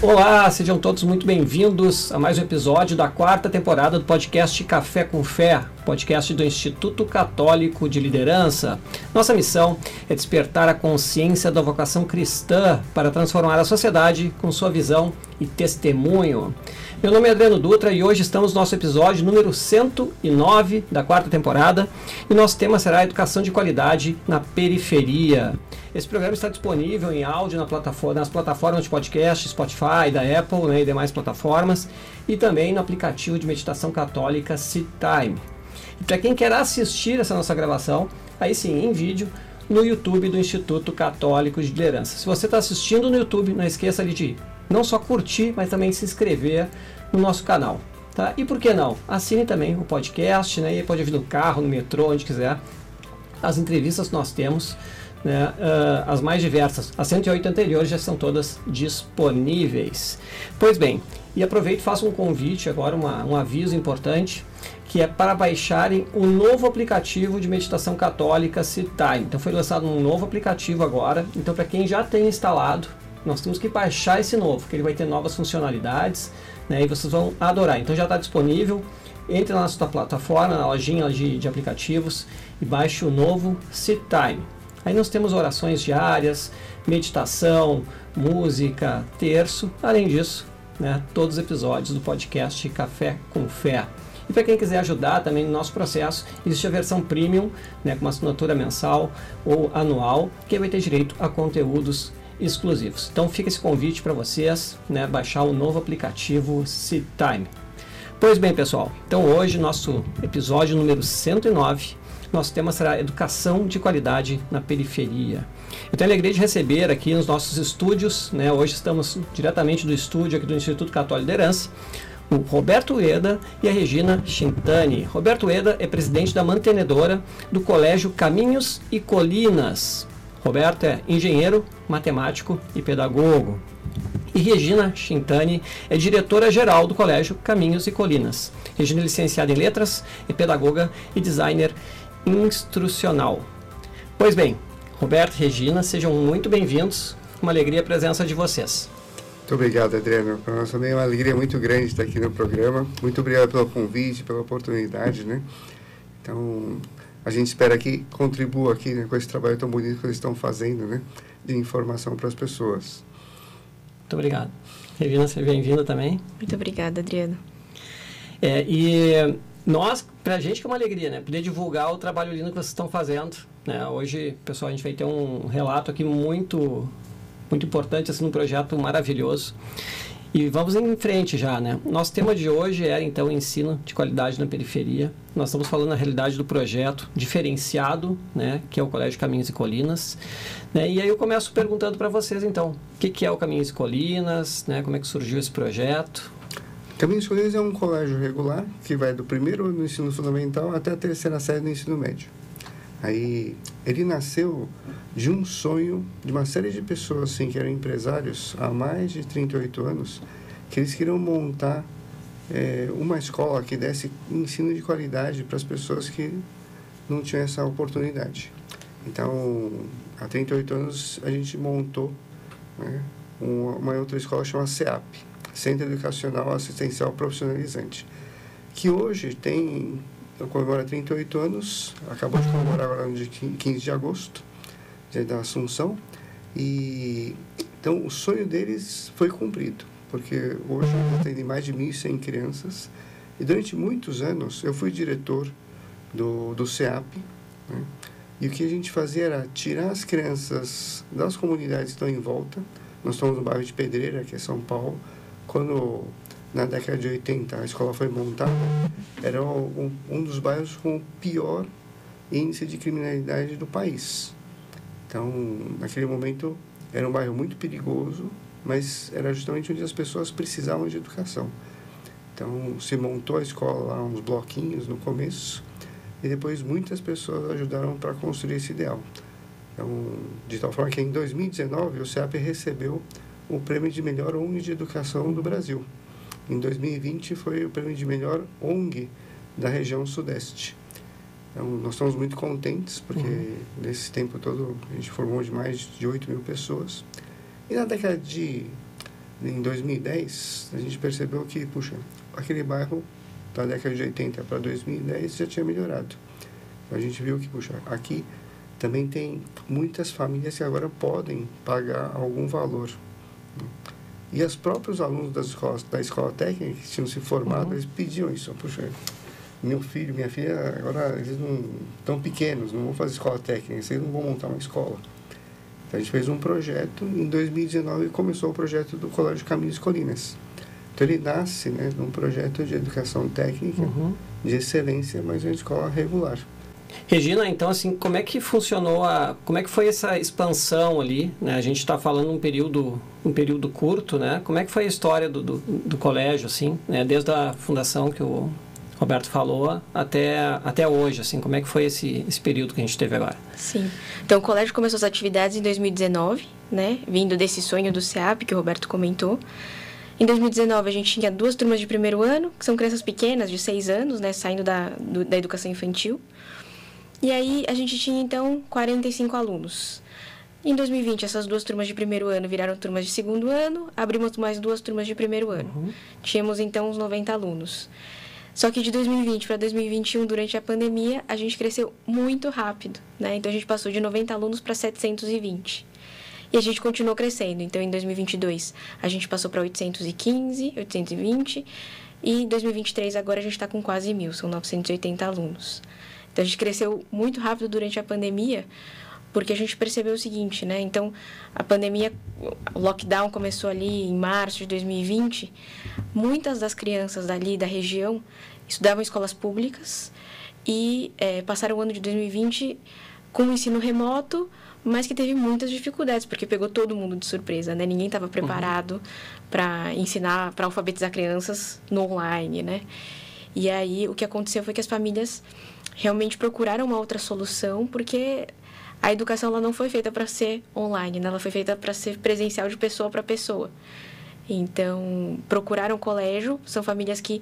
Olá, sejam todos muito bem-vindos a mais um episódio da 4ª temporada do podcast Café com Fé, podcast do Instituto Católico de Liderança. Nossa missão é despertar a consciência da vocação cristã para transformar a sociedade com sua visão e testemunho. Meu nome é Adriano Dutra e hoje estamos no nosso episódio número 109 da 4ª temporada e nosso tema será Educação de Qualidade na Periferia. Esse programa está disponível em áudio nas plataformas de podcast, Spotify, da Apple, e demais plataformas, e também no aplicativo de meditação católica Seed Time. E para quem quer assistir essa nossa gravação, aí sim, em vídeo, no YouTube do Instituto Católico de Liderança. Se você está assistindo no YouTube, não esqueça de não só curtir, mas também se inscrever no nosso canal. Tá? E por que não? Assine também o podcast, e pode ouvir no carro, no metrô, onde quiser. As entrevistas que nós temos, as mais diversas, as 108 anteriores já são todas disponíveis. Pois bem, e aproveito e faço um convite agora, um aviso importante, que é para baixarem o novo aplicativo de meditação católica Seed Time. Então foi lançado um novo aplicativo agora, então para quem já tem instalado, nós temos que baixar esse novo, porque ele vai ter novas funcionalidades, e vocês vão adorar. Então já está disponível, entre na nossa plataforma, na lojinha de aplicativos e baixe o novo Seed Time. Aí nós temos orações diárias, meditação, música, terço, além disso, todos os episódios do podcast Café com Fé. E para quem quiser ajudar também no nosso processo, existe a versão premium, com uma assinatura mensal ou anual, que vai ter direito a conteúdos exclusivos. Então fica esse convite para vocês, baixar o novo aplicativo Seed Time. Pois bem, pessoal, então hoje nosso episódio número 109, nosso tema será Educação de Qualidade na Periferia. Eu tenho a alegria de receber aqui nos nossos estúdios, hoje estamos diretamente do estúdio aqui do Instituto Católico de Liderança, o Roberto Ueda e a Regina Shintani. Roberto Ueda é presidente da mantenedora do Colégio Caminhos e Colinas. Roberto é engenheiro, matemático e pedagogo. E Regina Shintani é diretora-geral do Colégio Caminhos e Colinas. Regina é licenciada em Letras, é pedagoga e designer instrucional. Pois bem, Roberto e Regina, sejam muito bem-vindos. Uma alegria a presença de vocês. Muito obrigado, Adriano. Para nós também é uma alegria muito grande estar aqui no programa. Muito obrigado pelo convite, pela oportunidade, Então, a gente espera que contribua aqui, com esse trabalho tão bonito que eles estão fazendo, de informação para as pessoas. Muito obrigado. Regina, seja bem-vinda também. Muito obrigada, Adriano. E pra gente que é uma alegria, poder divulgar o trabalho lindo que vocês estão fazendo. Hoje, pessoal, a gente vai ter um relato aqui muito importante, assim, um projeto maravilhoso. E vamos em frente já, Nosso tema de hoje era, então, ensino de qualidade na periferia. Nós estamos falando, na realidade, do projeto diferenciado, que é o Colégio Caminhos e Colinas. E aí eu começo perguntando para vocês, então, o que é o Caminhos e Colinas, como é que surgiu esse projeto? Caminhos e Colinas é um colégio regular que vai do primeiro ano do ensino fundamental até a 3ª série do ensino médio. Aí, ele nasceu de um sonho de uma série de pessoas, assim, que eram empresários há mais de 38 anos, que eles queriam montar uma escola que desse ensino de qualidade para as pessoas que não tinham essa oportunidade. Então, há 38 anos, a gente montou uma outra escola chamada CEAP, Centro Educacional Assistencial Profissionalizante, que hoje comemora 38 anos, acabou de comemorar agora no dia 15 de agosto, dia da Assunção, e então o sonho deles foi cumprido, porque hoje tem mais de 1.100 crianças, e durante muitos anos eu fui diretor do CEAP, e o que a gente fazia era tirar as crianças das comunidades que estão em volta. Nós estamos no bairro de Pedreira, que é São Paulo. Quando na década de 80 a escola foi montada, era um dos bairros com o pior índice de criminalidade do país. Então, naquele momento, era um bairro muito perigoso, mas era justamente onde as pessoas precisavam de educação. Então, se montou a escola lá, uns bloquinhos no começo, e depois muitas pessoas ajudaram para construir esse ideal. Então, de tal forma que em 2019 o CEAP recebeu o prêmio de melhor ONG de educação do Brasil. Em 2020 foi o prêmio de melhor ONG da região Sudeste. Então, nós estamos muito contentes, porque nesse tempo todo a gente formou de mais de 8.000 pessoas. E na década de em 2010, a gente percebeu que, puxa, aquele bairro da década de 80 para 2010 já tinha melhorado. A gente viu que, puxa, aqui também tem muitas famílias que agora podem pagar algum valor. E os próprios alunos da escola técnica que tinham se formado, eles pediam isso. Puxa, meu filho, minha filha, agora eles não estão pequenos, não vão fazer escola técnica, vocês não vão montar uma escola. Então a gente fez um projeto, em 2019 começou o projeto do Colégio Caminhos e Colinas. Então ele nasce, né, de um projeto de educação técnica, de excelência, mas é uma escola regular. Regina, então, assim, como é que funcionou, como é que foi essa expansão ali, né? A gente está falando um período curto, né? Como é que foi a história do colégio, assim, né? Desde a fundação que o Roberto falou até hoje, assim, como é que foi esse período que a gente teve agora? Sim, então o colégio começou as atividades em 2019, né? Vindo desse sonho do CEAP que o Roberto comentou. Em 2019, a gente tinha 2 turmas de primeiro ano, que são crianças pequenas, de 6 anos, né? Saindo da educação infantil. E aí, a gente tinha, então, 45 alunos. Em 2020, essas 2 turmas de primeiro ano viraram turmas de segundo ano, abrimos mais 2 turmas de primeiro ano. Tínhamos, então, uns 90 alunos. Só que de 2020 para 2021, durante a pandemia, a gente cresceu muito rápido, né? Então, a gente passou de 90 alunos para 720. E a gente continuou crescendo. Então, em 2022, a gente passou para 815, 820. E em 2023, agora, a gente está com quase 1.000, são 980 alunos. Então, a gente cresceu muito rápido durante a pandemia, porque a gente percebeu o seguinte, né? Então, a pandemia, o lockdown começou ali em março de 2020. Muitas das crianças dali, da região, estudavam em escolas públicas e passaram o ano de 2020 com o ensino remoto, mas que teve muitas dificuldades, porque pegou todo mundo de surpresa, né? Ninguém estava preparado para ensinar, para alfabetizar crianças no online, né? E aí, o que aconteceu foi que as famílias realmente procuraram uma outra solução, porque a educação ela não foi feita para ser online, né? Ela foi feita para ser presencial de pessoa para pessoa. Então, procuraram colégio, são famílias que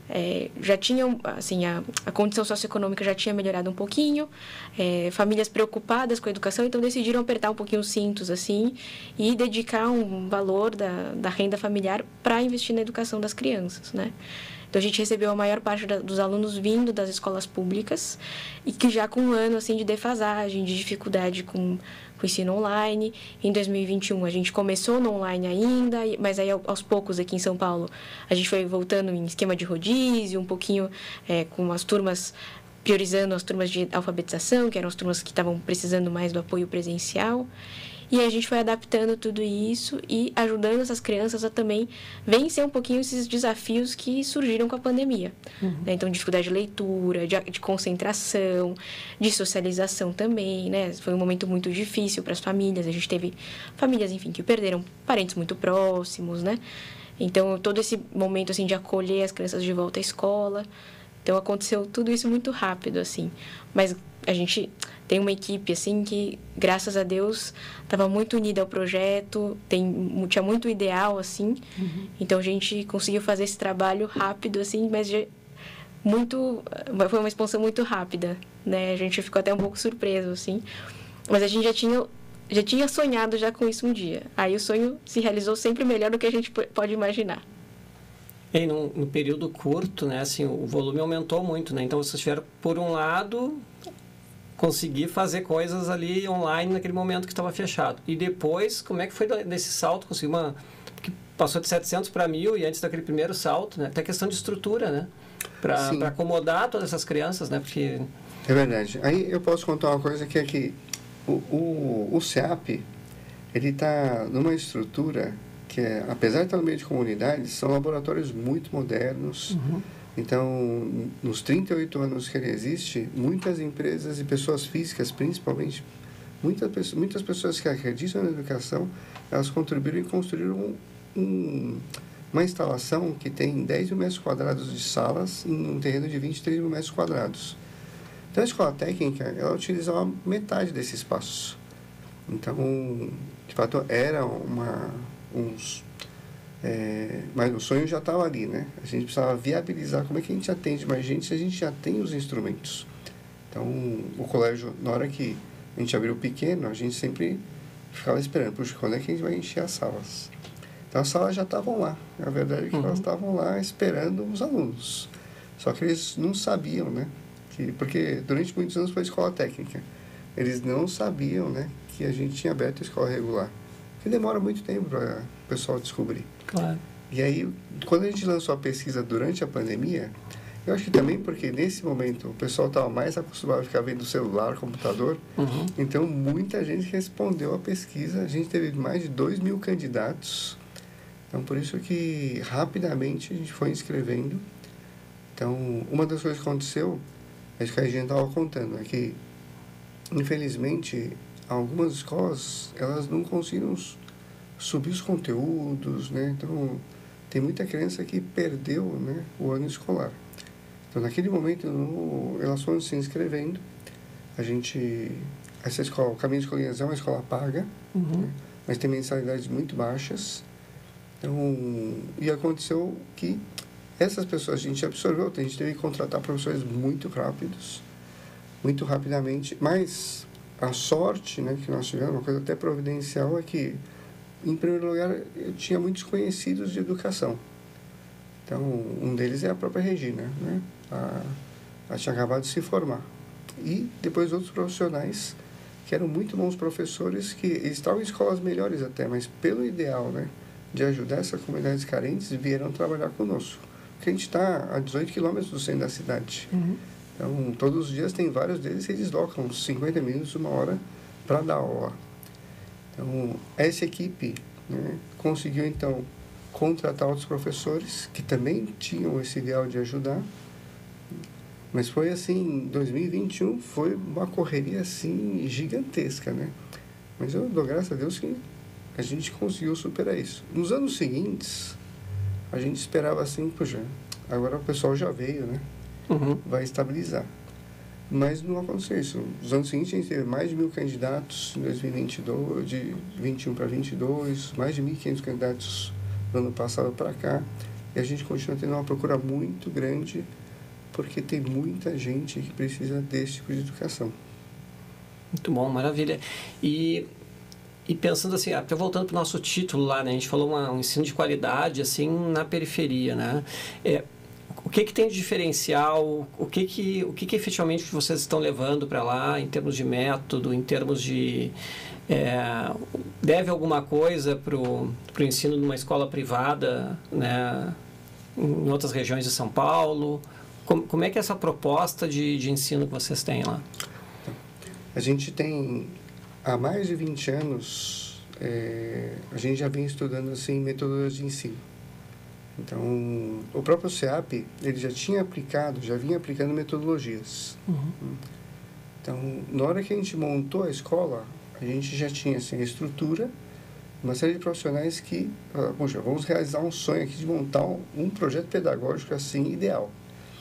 já tinham, assim, a condição socioeconômica já tinha melhorado um pouquinho, famílias preocupadas com a educação, então decidiram apertar um pouquinho os cintos, assim, e dedicar um valor da renda familiar para investir na educação das crianças, né? Então, a gente recebeu a maior parte dos alunos vindo das escolas públicas e que já com um ano, assim, de defasagem, de dificuldade com o ensino online. Em 2021, a gente começou no online ainda, mas aí, aos poucos, aqui em São Paulo, a gente foi voltando em esquema de rodízio, um pouquinho com as turmas, priorizando as turmas de alfabetização, que eram as turmas que estavam precisando mais do apoio presencial. E a gente foi adaptando tudo isso e ajudando essas crianças a também vencer um pouquinho esses desafios que surgiram com a pandemia. Né? Então, dificuldade de leitura, de concentração, de socialização também, né? Foi um momento muito difícil para as famílias. A gente teve famílias, enfim, que perderam parentes muito próximos, né? Então, todo esse momento, assim, de acolher as crianças de volta à escola. Então, aconteceu tudo isso muito rápido, assim. Mas a gente tem uma equipe, assim, que, graças a Deus, estava muito unida ao projeto, tinha muito ideal, assim. Então, a gente conseguiu fazer esse trabalho rápido, assim, mas foi uma expansão muito rápida, né? A gente ficou até um pouco surpreso, assim. Mas a gente já tinha sonhado já com isso um dia. Aí o sonho se realizou sempre melhor do que a gente pode imaginar. E no período curto, né, assim, o volume aumentou muito, né? Então, vocês tiveram, por um lado, conseguir fazer coisas ali online naquele momento que estava fechado. E depois, como é que foi desse salto? Conseguiu porque passou de 700 para 1.000 e antes daquele primeiro salto, né? Até questão de estrutura, né? Para acomodar todas essas crianças, né? Porque... É verdade. Aí eu posso contar uma coisa que é que o CEAP, ele está numa estrutura que, apesar de estar no meio de comunidades, são laboratórios muito modernos. Então, nos 38 anos que ele existe, muitas empresas e pessoas físicas, principalmente, muitas pessoas que acreditam na educação, elas contribuíram e construíram uma instalação que tem 10 mil metros quadrados de salas em um terreno de 23 mil metros quadrados. Então, a escola técnica, ela utilizava metade desse espaço. Então, de fato, era mas o sonho já estava ali, né? A gente precisava viabilizar como é que a gente atende mais gente se a gente já tem os instrumentos. Então, o colégio, na hora que a gente abriu o pequeno, a gente sempre ficava esperando, puxa, quando é que a gente vai encher as salas? Então, as salas já estavam lá. A verdade é que elas estavam lá esperando os alunos. Só que eles não sabiam, né? Porque durante muitos anos foi escola técnica. Eles não sabiam, né, que a gente tinha aberto a escola regular. Que demora muito tempo para o pessoal descobrir. Claro. E aí, quando a gente lançou a pesquisa durante a pandemia, eu acho que também porque nesse momento o pessoal estava mais acostumado a ficar vendo celular, computador, então muita gente respondeu a pesquisa. A gente teve mais de 2.000 candidatos. Então, por isso que rapidamente a gente foi inscrevendo. Então, uma das coisas que aconteceu, acho que a gente estava contando, é que, infelizmente, algumas escolas, elas não conseguiram subir os conteúdos, né? Então, tem muita criança que perdeu, né, o ano escolar. Então, naquele momento, elas foram se inscrevendo. Essa escola, o Caminho de Escolinhas é uma escola paga, né, mas tem mensalidades muito baixas. Então, e aconteceu que essas pessoas a gente absorveu, a gente teve que contratar professores muito rápidos, muito rapidamente, mas a sorte, né, que nós tivemos, uma coisa até providencial, é que, em primeiro lugar, eu tinha muitos conhecidos de educação. Então, um deles é a própria Regina, né? Ela tinha acabado de se formar. E depois outros profissionais que eram muito bons professores, que eles estavam em escolas melhores até, mas pelo ideal, né, de ajudar essas comunidades carentes, vieram trabalhar conosco. Porque a gente está a 18 quilômetros do centro da cidade. Então, todos os dias tem vários deles que deslocam uns 50 minutos, uma hora, para dar aula. Então, essa equipe, né, conseguiu, então, contratar outros professores que também tinham esse ideal de ajudar. Mas foi assim, 2021 foi uma correria assim gigantesca, né? Mas eu dou graças a Deus que a gente conseguiu superar isso. Nos anos seguintes, a gente esperava assim, poxa, agora o pessoal já veio, né? Vai estabilizar. Mas não aconteceu isso. Nos anos seguintes, a gente teve mais de 1.000 candidatos em 2022, de 21 para 22, mais de 1.500 candidatos do ano passado para cá. E a gente continua tendo uma procura muito grande, porque tem muita gente que precisa desse tipo de educação. Muito bom, maravilha. E pensando assim, até voltando para o nosso título lá, né? A gente falou um ensino de qualidade, assim, na periferia, né? O que tem de diferencial? O que efetivamente vocês estão levando para lá, em termos de método, em termos de... deve alguma coisa para o ensino numa escola privada, né? Em outras regiões de São Paulo? Como é que é essa proposta de ensino que vocês têm lá? A gente tem, há mais de 20 anos, a gente já vem estudando assim, metodologias de ensino. Então, o próprio CEAP, ele já vinha aplicando metodologias. Então, na hora que a gente montou a escola, a gente já tinha assim, a estrutura, uma série de profissionais que, poxa, vamos realizar um sonho aqui de montar um projeto pedagógico assim, ideal.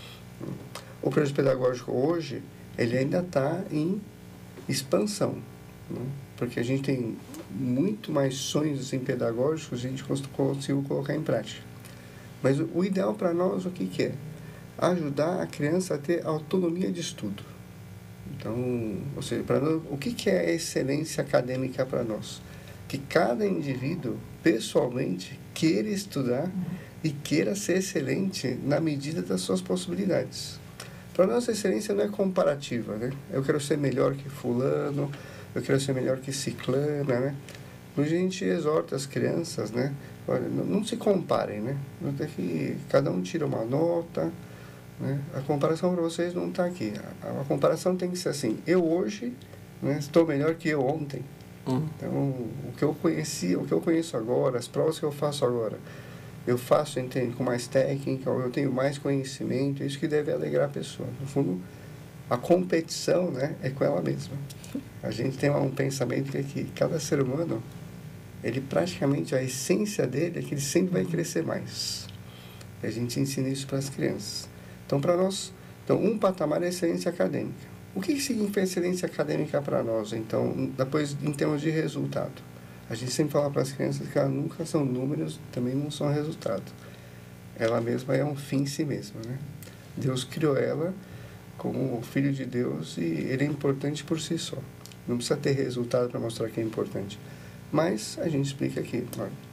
O projeto pedagógico hoje, ele ainda está em expansão, né? Porque a gente tem muito mais sonhos assim, pedagógicos, a gente conseguiu colocar em prática. Mas o ideal para nós, o que é? Ajudar a criança a ter autonomia de estudo. Então, ou seja, para nós, o que é a excelência acadêmica para nós? Que cada indivíduo, pessoalmente, queira estudar e queira ser excelente na medida das suas possibilidades. Para nós, a excelência não é comparativa, né? Eu quero ser melhor que fulano, eu quero ser melhor que ciclana, né? Hoje a gente exorta as crianças, né? Olha, não se comparem, né? Até que cada um tira uma nota, né? A comparação para vocês não está aqui. A comparação tem que ser assim, eu hoje, né, estou melhor que eu ontem. Então, o que eu conheço agora, as provas que eu faço agora, eu faço, entende, com mais técnica, eu tenho mais conhecimento, isso que deve alegrar a pessoa. No fundo, a competição, né, é com ela mesma. A gente tem um pensamento que cada ser humano, ele praticamente, a essência dele é que ele sempre vai crescer mais. E a gente ensina isso para as crianças. Então, para nós, um patamar é excelência acadêmica. O que significa excelência acadêmica para nós, então, depois, em termos de resultado? A gente sempre fala para as crianças que elas nunca são números, também não são resultado. Ela mesma é um fim em si mesma, né? Deus criou ela como o Filho de Deus e ele é importante por si só. Não precisa ter resultado para mostrar que é importante. Mas a gente explica aqui, olha,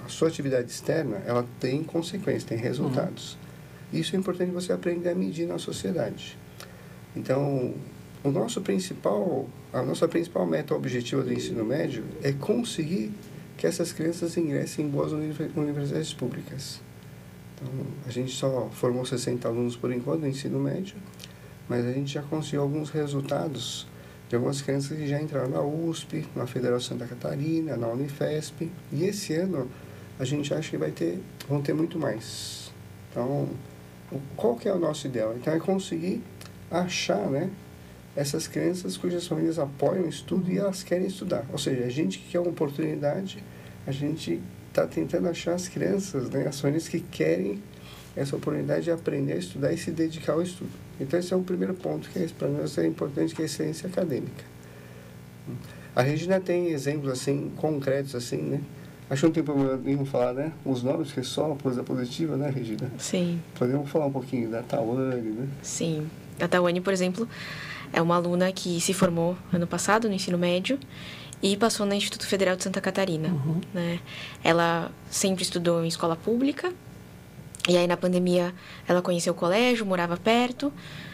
a sua atividade externa, ela tem consequências, tem resultados. Isso é importante você aprender a medir na sociedade. Então, a nossa principal meta objetiva do ensino médio é conseguir que essas crianças ingressem em boas universidades públicas. Então, a gente só formou 60 alunos por enquanto no ensino médio, mas a gente já conseguiu alguns resultados de algumas crianças que já entraram na USP, na Federal Santa Catarina, na Unifesp, e esse ano a gente acha que vão ter muito mais. Então, qual que é o nosso ideal? Então, é conseguir achar, né, essas crianças cujas famílias apoiam o estudo e elas querem estudar. Ou seja, a gente que quer uma oportunidade, a gente está tentando achar as crianças, né, as famílias que querem essa oportunidade de aprender a estudar e se dedicar ao estudo. Então, esse é o primeiro ponto que para nós é importante, que é a excelência acadêmica. A Regina tem exemplos assim, concretos, assim, né? Acho que não tem problema nenhum falar, né? Os nomes, que é só uma coisa positiva, né, Regina? Sim. Podemos falar um pouquinho da Tawane, né? Sim. A Tawane, por exemplo, é uma aluna que se formou ano passado no ensino médio e passou no Instituto Federal de Santa Catarina. Né? Ela sempre estudou em escola pública. E aí, na pandemia, ela conheceu o colégio, morava perto.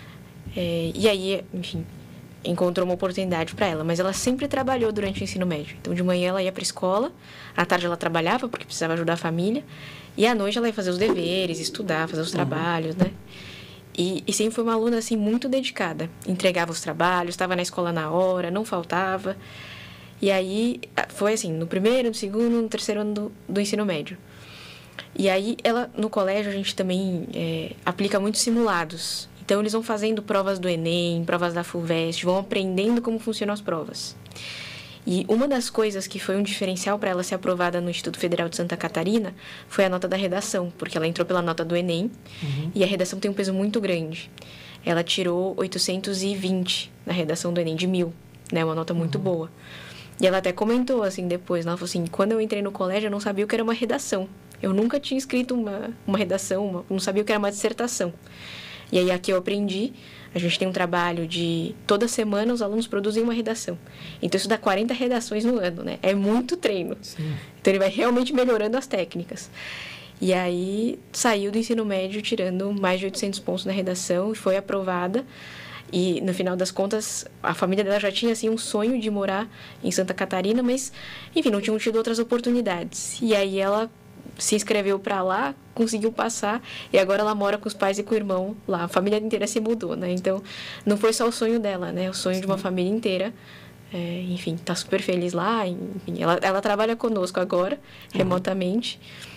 E aí, enfim, encontrou uma oportunidade para ela. Mas ela sempre trabalhou durante o ensino médio. Então, de manhã ela ia para a escola, à tarde ela trabalhava, porque precisava ajudar a família. E à noite ela ia fazer os deveres, estudar, fazer os trabalhos, né? E sempre foi uma aluna, assim, muito dedicada. Entregava os trabalhos, estava na escola na hora, não faltava. E aí, foi assim, no primeiro, no segundo, no terceiro ano do ensino médio. E aí, no colégio, a gente também aplica muitos simulados. Então, eles vão fazendo provas do Enem, provas da FUVEST, vão aprendendo como funcionam as provas. E uma das coisas que foi um diferencial para ela ser aprovada no Instituto Federal de Santa Catarina foi a nota da redação, porque ela entrou pela nota do Enem, e a redação tem um peso muito grande. Ela tirou 820 na redação do Enem, de 1000, né? Uma nota muito boa. E ela até comentou, assim, depois, ela falou assim, quando eu entrei no colégio, eu não sabia o que era uma redação. Eu nunca tinha escrito uma redação, não sabia o que era uma dissertação. E aí, aqui eu aprendi, a gente tem um trabalho de... Toda semana, os alunos produzem uma redação. Então, isso dá 40 redações no ano, né? É muito treino. Sim. Então, ele vai realmente melhorando as técnicas. E aí, saiu do ensino médio tirando mais de 800 pontos na redação e foi aprovada. E, no final das contas, a família dela já tinha, assim, um sonho de morar em Santa Catarina, mas, enfim, não tinham tido outras oportunidades. E aí, ela se inscreveu para lá, conseguiu passar, e agora ela mora com os pais e com o irmão lá. A família inteira se mudou, né? Então, não foi só o sonho dela, né? O sonho de uma família inteira. Enfim, tá super feliz lá. Enfim, ela trabalha conosco agora, remotamente.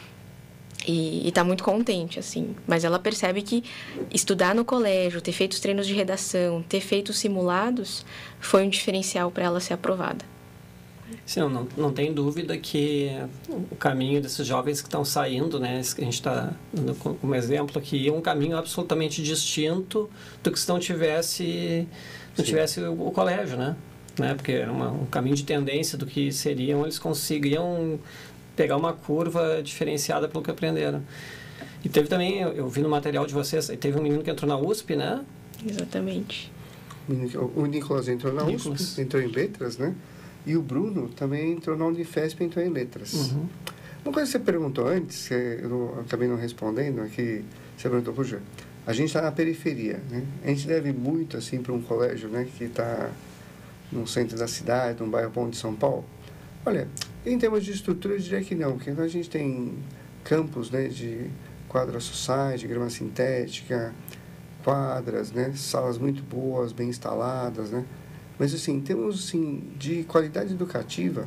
E tá muito contente, assim. Mas ela percebe que estudar no colégio, ter feito os treinos de redação, ter feito os simulados, foi um diferencial para ela ser aprovada. Sim, não tem dúvida que o caminho desses jovens que estão saindo, né, que a gente está dando como exemplo aqui, é um caminho absolutamente distinto do que se não tivesse o colégio, né? Porque era um caminho de tendência do que seriam, eles conseguiam pegar uma curva diferenciada pelo que aprenderam. E teve também, eu vi no material de vocês, teve um menino que entrou na USP, né? Exatamente. O Nicolas entrou na USP, entrou em letras, né? E o Bruno também entrou na Unifesp e entrou em letras. Uma coisa que você perguntou antes, que eu acabei não respondendo, é que você perguntou, puxa, a gente está na periferia, né? A gente deve muito, assim, para um colégio, né, que está no centro da cidade, num bairro bom de São Paulo. Olha, em termos de estrutura, eu diria que não, porque a gente tem campos, né, de quadra social, de grama sintética, quadras, né, salas muito boas, bem instaladas, né? Mas, assim, em termos, assim, de qualidade educativa,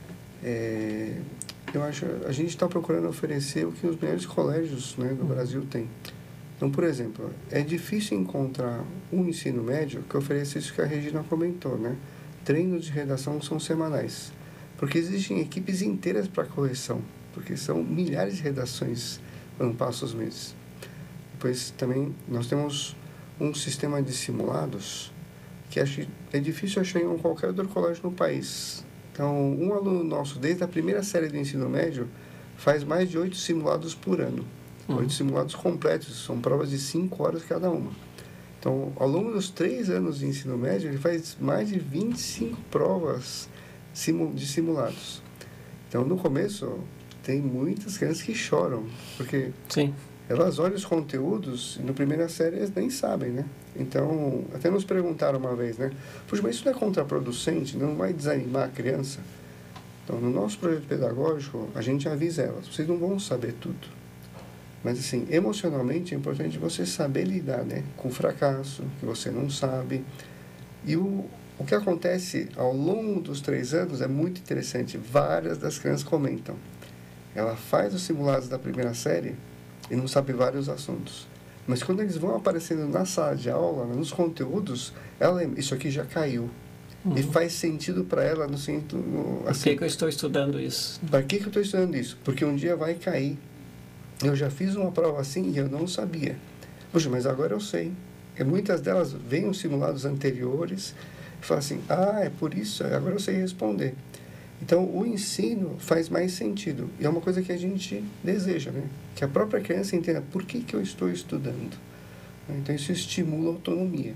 eu acho a gente está procurando oferecer o que os melhores colégios, né, do Brasil têm. Então, por exemplo, é difícil encontrar um ensino médio que ofereça isso que a Regina comentou, né? Treinos de redação são semanais, porque existem equipes inteiras para correção, porque são milhares de redações quando passam os meses. Depois, também, nós temos um sistema de simulados que acho que é difícil achar em qualquer outro colégio no país. Então, um aluno nosso, desde a primeira série do ensino médio, faz mais de 8 simulados por ano. 8 simulados completos, são provas de 5 horas cada uma. Então, ao longo dos 3 anos de ensino médio, ele faz mais de 25 provas de simulados. Então, no começo, tem muitas crianças que choram, porque Sim. elas olham os conteúdos e no primeira série eles nem sabem, né? Então, até nos perguntaram uma vez, né? Puxa, mas isso não é contraproducente? Não vai desanimar a criança? Então, no nosso projeto pedagógico, a gente avisa elas, vocês não vão saber tudo. Mas, assim, emocionalmente é importante você saber lidar, né? Com o fracasso, que você não sabe. E o que acontece ao longo dos 3 anos é muito interessante. Várias das crianças comentam. Ela faz os simulados da primeira série e não sabe vários assuntos. Mas quando eles vão aparecendo na sala de aula, nos conteúdos, ela lembra, isso aqui já caiu. E faz sentido para ela no sentido... Assim, por que eu estou estudando isso? Para que eu estou estudando isso? Porque um dia vai cair. Eu já fiz uma prova assim e eu não sabia. Puxa, mas agora eu sei. E muitas delas veem os simulados anteriores e falam assim, é por isso, agora eu sei responder. Então, o ensino faz mais sentido. E é uma coisa que a gente deseja, né? Que a própria criança entenda por que eu estou estudando. Então, isso estimula a autonomia.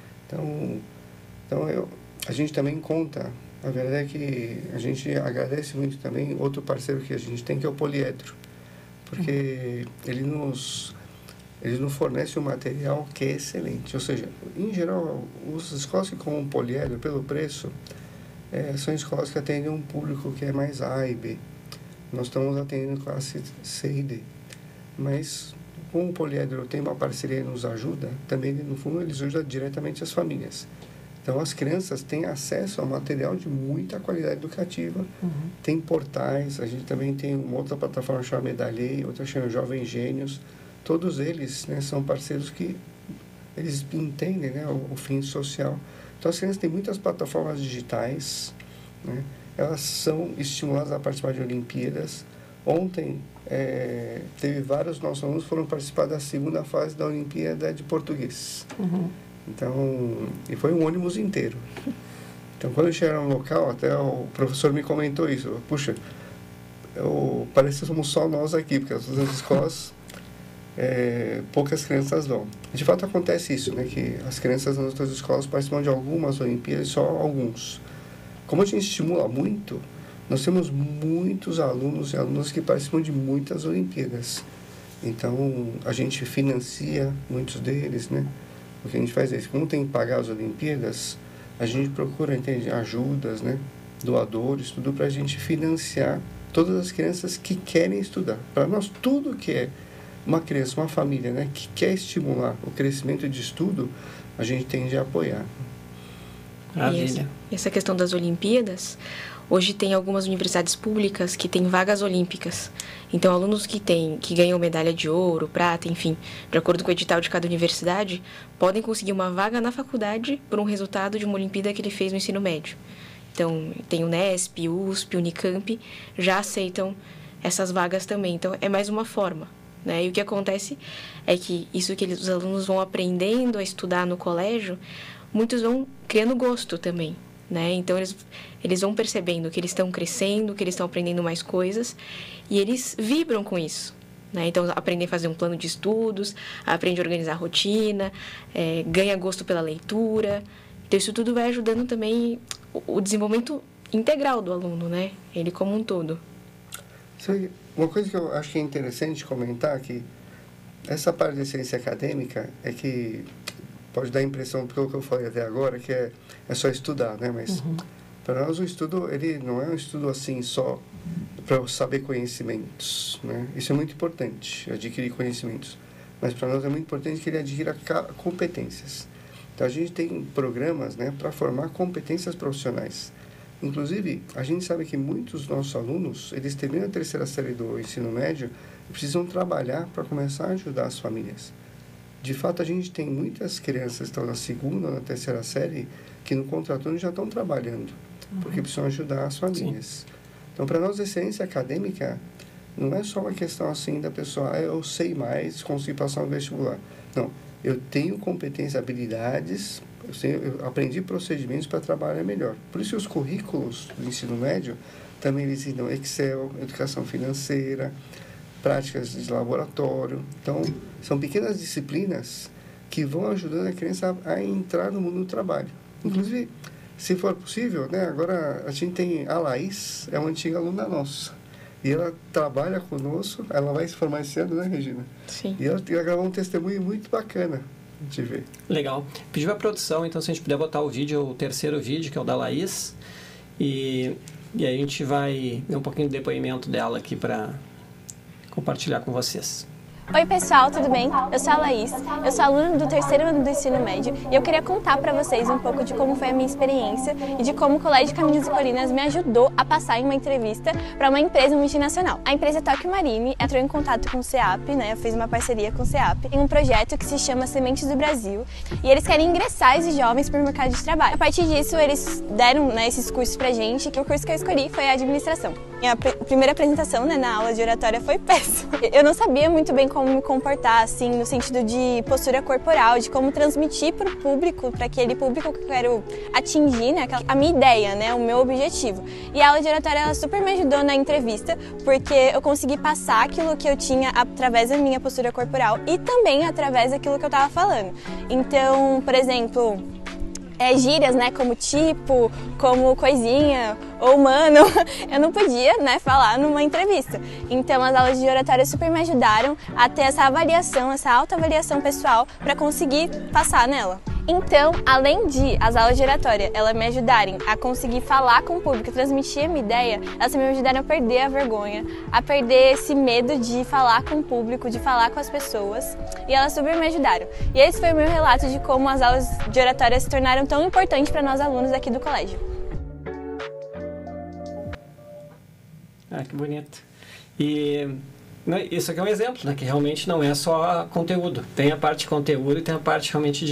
Então a gente também conta, a verdade é que a gente agradece muito também outro parceiro que a gente tem, que é o Poliedro. Porque ele nos fornece um material que é excelente. Ou seja, em geral, as escolas que compram Poliedro pelo preço, são escolas que atendem um público que é mais A e B. Nós estamos atendendo classe C e D. Mas, como o Poliedro tem uma parceria e nos ajuda, também, no fundo, eles ajudam diretamente as famílias. Então, as crianças têm acesso a material de muita qualidade educativa. Tem portais, a gente também tem uma outra plataforma chamada Medalhei, outra chama Jovem Gênios. Todos eles, né, são parceiros que eles entendem, né, o fim social. Então, as crianças têm muitas plataformas digitais, né? Elas são estimuladas a participar de Olimpíadas. Ontem, teve vários nossos alunos que foram participar da segunda fase da Olimpíada de Português. Então, e foi um ônibus inteiro. Então, quando eu cheguei no local, até o professor me comentou isso. Puxa, parece que somos só nós aqui, porque as outras escolas, poucas crianças vão. De fato, acontece isso, né? Que as crianças nas outras escolas participam de algumas Olimpíadas, só alguns. Como a gente estimula muito, nós temos muitos alunos e alunas que participam de muitas Olimpíadas. Então, a gente financia muitos deles, né? O que a gente faz é isso. Como tem que pagar as Olimpíadas, a gente procura ajudas, né? Doadores, tudo para a gente financiar todas as crianças que querem estudar. Para nós, tudo que é uma criança, uma família, né, que quer estimular o crescimento de estudo, a gente tende a apoiar. E essa questão das Olimpíadas, hoje tem algumas universidades públicas que têm vagas olímpicas. Então, alunos que ganham medalha de ouro, prata, enfim, de acordo com o edital de cada universidade, podem conseguir uma vaga na faculdade por um resultado de uma Olimpíada que ele fez no ensino médio. Então, tem o Unesp, USP, Unicamp, já aceitam essas vagas também. Então, é mais uma forma, né? E o que acontece é que isso que os alunos vão aprendendo a estudar no colégio, muitos vão criando gosto também, né? Então, eles vão percebendo que eles estão crescendo, que eles estão aprendendo mais coisas, e eles vibram com isso, né? Então, aprendem a fazer um plano de estudos, aprendem a organizar a rotina, ganha gosto pela leitura. Então, isso tudo vai ajudando também o desenvolvimento integral do aluno, né? Ele como um todo. Uma coisa que eu acho que é interessante comentar, que essa parte da ciência acadêmica é que pode dar a impressão, pelo que eu falei até agora, que é só estudar, né? Mas para nós o estudo, ele não é um estudo assim só para saber conhecimentos, né? Isso é muito importante, adquirir conhecimentos. Mas para nós é muito importante que ele adquira competências. Então, a gente tem programas, né, para formar competências profissionais. Inclusive, a gente sabe que muitos dos nossos alunos, eles terminam a terceira série do ensino médio e precisam trabalhar para começar a ajudar as famílias. De fato, a gente tem muitas crianças que estão na segunda ou na terceira série que no contraturno já estão trabalhando, porque precisam ajudar as famílias. Sim. Então, para nós, a ciência acadêmica não é só uma questão assim da pessoa, eu sei mais, consegui passar no vestibular. Não, eu tenho competências, habilidades, eu aprendi procedimentos para trabalhar melhor. Por isso, os currículos do ensino médio também eles ensinam Excel, educação financeira, práticas de laboratório. Então, são pequenas disciplinas que vão ajudando a criança a entrar no mundo do trabalho. Inclusive, se for possível, né, agora a gente tem a Laís, é uma antiga aluna nossa. E ela trabalha conosco, ela vai se formar esse ano, né, Regina? Sim. E ela gravou um testemunho muito bacana de ver. Legal. Pediu a produção, então, se a gente puder botar o vídeo, o terceiro vídeo, que é o da Laís, e aí a gente vai ver um pouquinho do depoimento dela aqui para compartilhar com vocês. Oi pessoal, tudo bem? Eu sou a Laís, eu sou aluna do terceiro ano do ensino médio e eu queria contar para vocês um pouco de como foi a minha experiência e de como o Colégio Caminhos e Colinas me ajudou a passar em uma entrevista para uma empresa multinacional. A empresa Tokyo Marine entrou em contato com o CEAP, né? Eu fiz uma parceria com o CEAP em um projeto que se chama Sementes do Brasil e eles querem ingressar esses jovens para o mercado de trabalho. A partir disso, eles deram, né, esses cursos pra gente, que o curso que eu escolhi foi a administração. Minha primeira apresentação, né, na aula de oratória foi péssima. Eu não sabia muito bem como me comportar, assim, no sentido de postura corporal, de como transmitir para o público, para aquele público que eu quero atingir, né, a minha ideia, né, o meu objetivo. E a aula de oratória, ela super me ajudou na entrevista, porque eu consegui passar aquilo que eu tinha através da minha postura corporal e também através daquilo que eu estava falando. Então, por exemplo, gírias, né, como tipo, como coisinha ou mano, eu não podia, né, falar numa entrevista. Então as aulas de oratória super me ajudaram a ter essa avaliação, essa autoavaliação pessoal para conseguir passar nela. Então, além de as aulas de oratória elas me ajudarem a conseguir falar com o público, transmitir a minha ideia, elas também me ajudaram a perder a vergonha, a perder esse medo de falar com o público, de falar com as pessoas, e elas super me ajudaram. E esse foi o meu relato de como as aulas de oratória se tornaram tão importantes para nós alunos aqui do colégio. Ah, que bonito. E isso aqui é um exemplo, né, que realmente não é só conteúdo. Tem a parte de conteúdo e tem a parte realmente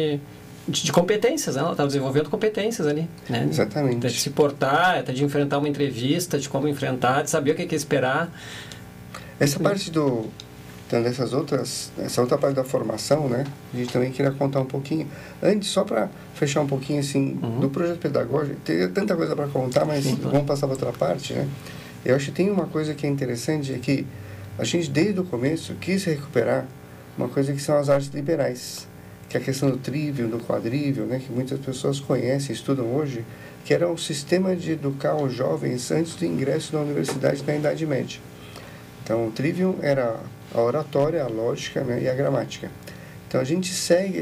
de competências, né? Ela está desenvolvendo competências ali, né? Exatamente. De se portar, até de enfrentar uma entrevista, de como enfrentar, de saber o que é esperar. Essa parte então, essa outra parte da formação, né? A gente também queria contar um pouquinho. Antes, só para fechar um pouquinho, assim, do projeto pedagógico, teria tanta coisa para contar, mas vamos passar para outra parte, né? Eu acho que tem uma coisa que é interessante, é que a gente, desde o começo, quis recuperar uma coisa que são as artes liberais, que é a questão do trivium, do quadrivium, né, que muitas pessoas conhecem, estudam hoje, que era um sistema de educar os jovens antes do ingresso na universidade na Idade Média. Então, o trivium era a oratória, a lógica, né, e a gramática. Então, a gente segue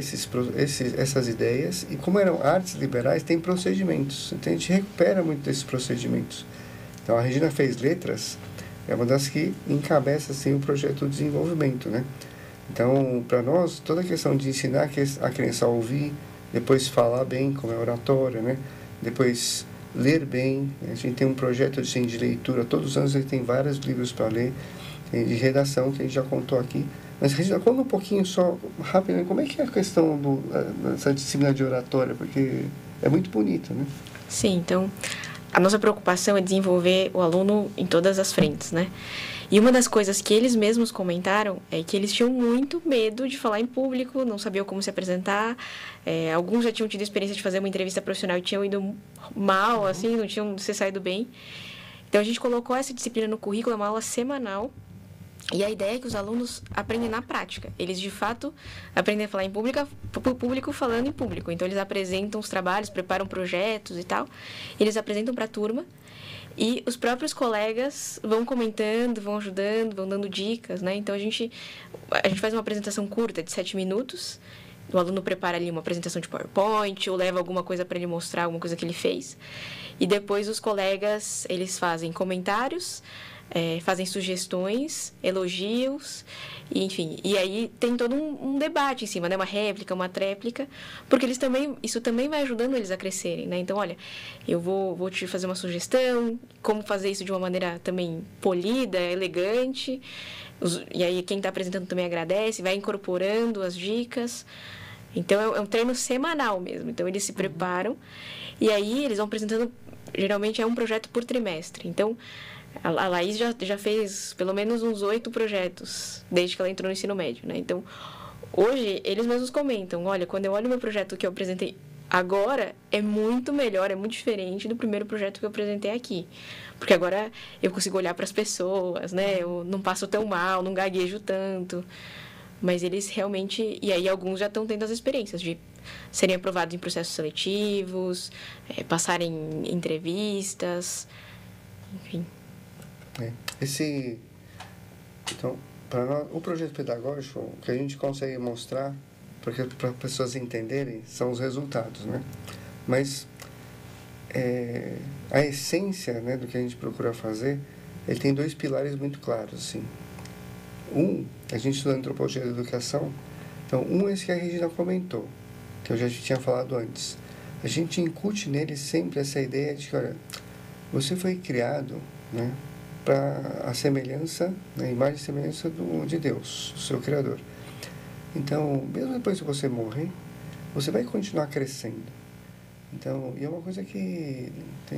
essas ideias, e como eram artes liberais, tem procedimentos. Então, a gente recupera muito desses procedimentos. Então, a Regina fez letras, é uma das que encabeça assim, o projeto de desenvolvimento, né? Então, para nós, toda a questão de ensinar a criança a ouvir, depois falar bem, como é oratória, né? Depois ler bem. A gente tem um projeto de leitura, todos os anos a gente tem vários livros para ler, de redação, que a gente já contou aqui. Mas, Regina, conta um pouquinho só, rápido, como é que é a questão dessa disciplina de oratória? Porque é muito bonita, né? Sim, então, a nossa preocupação é desenvolver o aluno em todas as frentes, né? E uma das coisas que eles mesmos comentaram é que eles tinham muito medo de falar em público, não sabiam como se apresentar. Alguns já tinham tido experiência de fazer uma entrevista profissional e tinham ido mal, assim, não tinham se saído bem. Então, a gente colocou essa disciplina no currículo, é uma aula semanal. E a ideia é que os alunos aprendem na prática. Eles, de fato, aprendem a falar em público falando em público. Então, eles apresentam os trabalhos, preparam projetos e tal. Eles apresentam para a turma. E os próprios colegas vão comentando, vão ajudando, vão dando dicas, né? Então, a gente faz uma apresentação curta de 7 minutos. O aluno prepara ali uma apresentação de PowerPoint ou leva alguma coisa para ele mostrar, alguma coisa que ele fez. E depois os colegas, eles fazem comentários, fazem sugestões, elogios, enfim. E aí tem todo um debate em cima, né? Uma réplica, uma tréplica, porque isso também vai ajudando eles a crescerem, né? Então, olha, eu vou te fazer uma sugestão, como fazer isso de uma maneira também polida, elegante. E aí quem está apresentando também agradece, vai incorporando as dicas. Então, é um treino semanal mesmo. Então, eles se preparam e aí eles vão apresentando, geralmente é um projeto por trimestre. Então, a Laís já fez pelo menos uns 8 projetos desde que ela entrou no ensino médio, né? Então, hoje, eles mesmos comentam, olha, quando eu olho o meu projeto que eu apresentei agora, é muito melhor, é muito diferente do primeiro projeto que eu apresentei aqui. Porque agora eu consigo olhar para as pessoas, né? Eu não passo tão mal, não gaguejo tanto. Mas eles realmente... E aí, alguns já estão tendo as experiências de serem aprovados em processos seletivos, passarem entrevistas, enfim. né? Então, para nós, o projeto pedagógico, o que a gente consegue mostrar, para as pessoas entenderem, são os resultados, né? Mas a essência, né, do que a gente procura fazer, ele tem 2 pilares muito claros, assim. A gente estuda antropologia da educação, então é esse que a Regina comentou, que eu já tinha falado antes. A gente incute nele sempre essa ideia de que, olha, você foi criado, né, para a semelhança, né, a imagem e semelhança de Deus, do seu Criador. Então, mesmo depois que você morrer, você vai continuar crescendo. Então, e é uma coisa que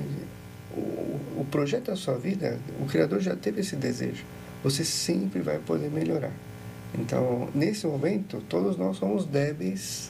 o projeto da sua vida, o Criador já teve esse desejo. Você sempre vai poder melhorar. Então, nesse momento, todos nós somos débeis,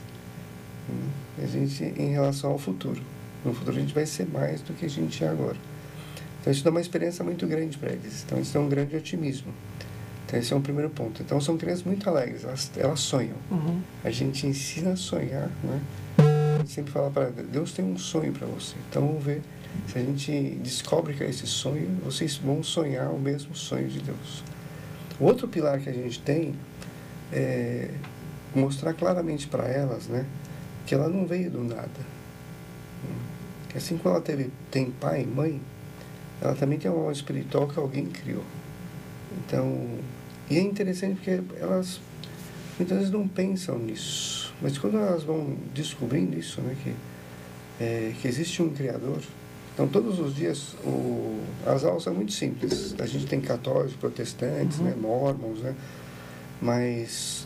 em relação ao futuro. No futuro a gente vai ser mais do que a gente é agora. Então isso dá uma experiência muito grande para eles. Então isso dá um grande otimismo. Então esse é um primeiro ponto. Então são crianças muito alegres, elas sonham. A gente ensina a sonhar, né? A gente sempre fala para Deus tem um sonho para você. Então vamos ver se a gente descobre que é esse sonho, vocês vão sonhar o mesmo sonho de Deus. O outro pilar que a gente tem é mostrar claramente para elas, né, que ela não veio do nada. Que assim como ela tem pai e mãe, ela também tem uma alma espiritual que alguém criou. Então, e é interessante porque elas muitas vezes não pensam nisso, mas quando elas vão descobrindo isso, né, que existe um Criador. Então, todos os dias, as aulas são muito simples. A gente tem católicos, protestantes, né, mormons, né, mas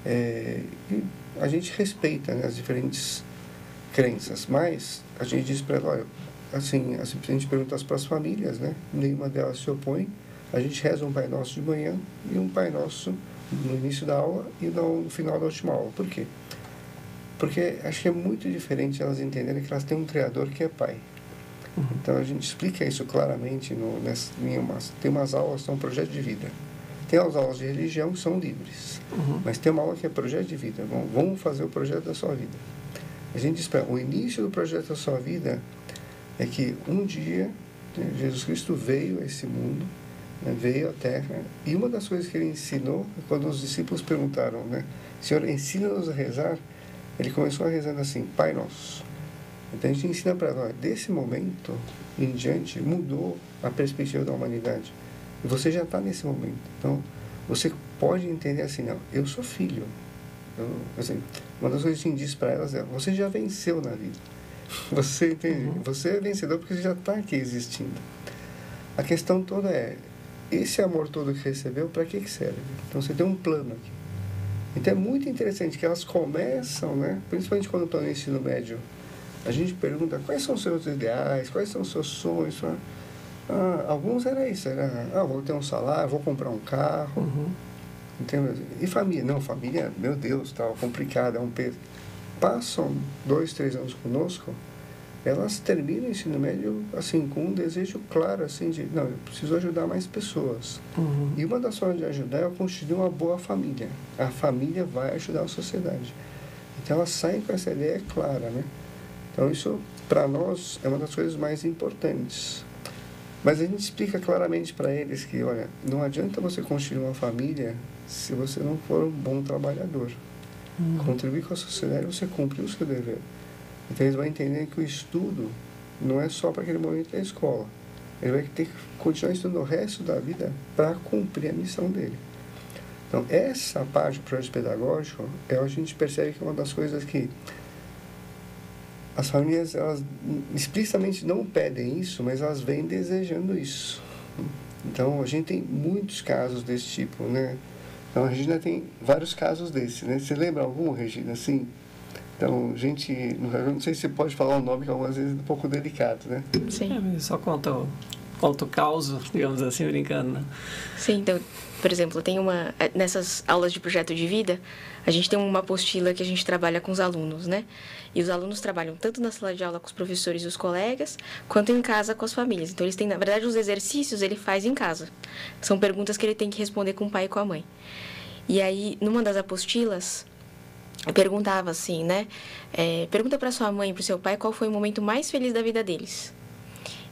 a gente respeita, né, as diferentes crenças, mas a gente diz para ela, olha, assim, a gente pergunta para as famílias, né, nenhuma delas se opõe, a gente reza um Pai Nosso de manhã e um Pai Nosso no início da aula e no final da última aula. Por quê? Porque acho que é muito diferente elas entenderem que elas têm um Criador que é Pai. Então a gente explica isso claramente tem umas aulas que são projeto de vida. Tem as aulas de religião que são livres, mas tem uma aula que é projeto de vida. Vamos fazer o projeto da sua vida. A gente diz o início do projeto da sua vida é que um dia, né, Jesus Cristo veio a esse mundo, né, veio à Terra, e uma das coisas que ele ensinou, quando os discípulos perguntaram, né, Senhor, ensina-nos a rezar, ele começou a rezar assim, Pai Nosso. Então a gente ensina para ela, desse momento em diante, mudou a perspectiva da humanidade. E você já está nesse momento. Então, você pode entender assim, não, eu sou filho. Assim, uma das coisas que a gente diz para elas é, você já venceu na vida. Você entende? Você é vencedor porque você já está aqui existindo. A questão toda é, esse amor todo que recebeu, para que serve? Então, você tem um plano aqui. Então, é muito interessante que elas começam, né, principalmente quando estão no ensino médio, a gente pergunta quais são os seus ideais, quais são os seus sonhos. Alguns era isso, vou ter um salário, vou comprar um carro. Entendeu? E família? Não, família, meu Deus, tá complicado, é um peso. Passam 2, 3 anos conosco, elas terminam o ensino médio assim, com um desejo claro assim, de, não, eu preciso ajudar mais pessoas. E uma das formas de ajudar é construir uma boa família. A família vai ajudar a sociedade. Então elas saem com essa ideia clara, né? Então isso, para nós, é uma das coisas mais importantes. Mas a gente explica claramente para eles que, olha, não adianta você construir uma família se você não for um bom trabalhador. Contribuir com a sociedade, você cumprir o seu dever. Então eles vão entender que o estudo não é só para aquele momento da escola. Ele vai ter que continuar estudando o resto da vida para cumprir a missão dele. Então essa parte do projeto pedagógico, a gente percebe que é uma das coisas que as famílias, elas explicitamente não pedem isso, mas elas vêm desejando isso. Então, a gente tem muitos casos desse tipo, né? Então, a Regina tem vários casos desses, né? Você lembra algum, Regina, assim? Então, gente, não sei se você pode falar o nome, que algumas vezes é um pouco delicado, né? Sim. Só conta o caos, digamos assim, brincando, né? Sim, então, por exemplo, nessas aulas de projeto de vida, a gente tem uma apostila que a gente trabalha com os alunos, né? E os alunos trabalham tanto na sala de aula com os professores e os colegas, quanto em casa com as famílias. Então, eles têm, na verdade, os exercícios ele faz em casa. São perguntas que ele tem que responder com o pai e com a mãe. E aí, numa das apostilas, eu perguntava assim, né? Pergunta para sua mãe e para o seu pai qual foi o momento mais feliz da vida deles.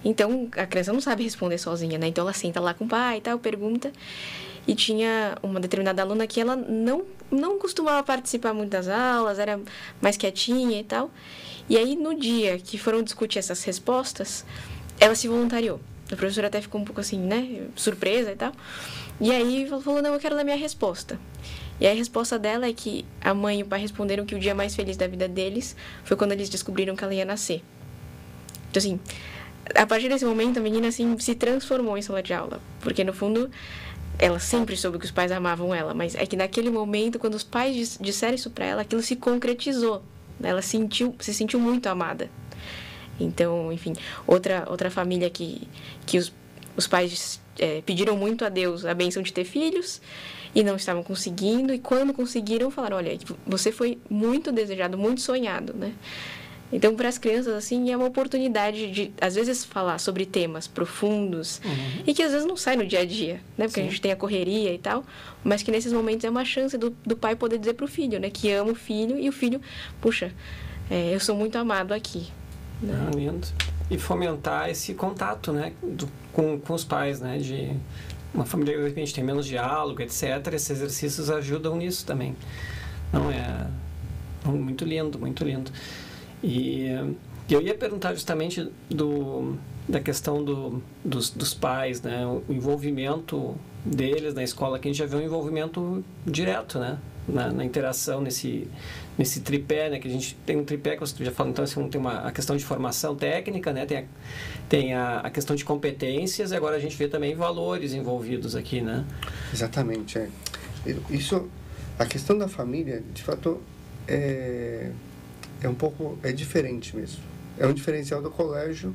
Então, a criança não sabe responder sozinha, né? Então, ela senta lá com o pai e tal, pergunta. E tinha uma determinada aluna que ela não costumava participar muito das aulas, era mais quietinha e tal. E aí, no dia que foram discutir essas respostas, ela se voluntariou. A professora até ficou um pouco assim, né, surpresa e tal. E aí, falou, não, eu quero dar minha resposta. E aí, a resposta dela é que a mãe e o pai responderam que o dia mais feliz da vida deles foi quando eles descobriram que ela ia nascer. Então, assim, a partir desse momento, a menina, assim, se transformou em sala de aula. Porque, no fundo, ela sempre soube que os pais amavam ela. Mas é que naquele momento, quando os pais disseram isso pra ela, aquilo se concretizou. Ela se sentiu muito amada. Então, enfim, outra família que os pais pediram muito a Deus a bênção de ter filhos e não estavam conseguindo. E quando conseguiram, falaram, olha, você foi muito desejado, muito sonhado, né? Então, para as crianças, assim, é uma oportunidade de, às vezes, falar sobre temas profundos e que, às vezes, não sai no dia a dia, né? Porque a gente tem a correria e tal, mas que, nesses momentos, é uma chance do pai poder dizer para o filho, né? Que ama o filho e o filho, puxa, eu sou muito amado aqui. Né? Lindo. E fomentar esse contato, né? Com os pais, né? De uma família que, de repente, tem menos diálogo, etc. Esses exercícios ajudam nisso também. Não é... Muito lindo, muito lindo. E eu ia perguntar justamente da questão dos pais, né? O envolvimento deles na escola, que a gente já vê um envolvimento direto, né? Na interação, nesse tripé, né? Que a gente tem um tripé, que você já falou, então assim, tem a questão de formação técnica, né? Tem a questão de competências, e agora a gente vê também valores envolvidos aqui, né? Exatamente, Isso, a questão da família, de fato, é diferente mesmo. É um diferencial do colégio.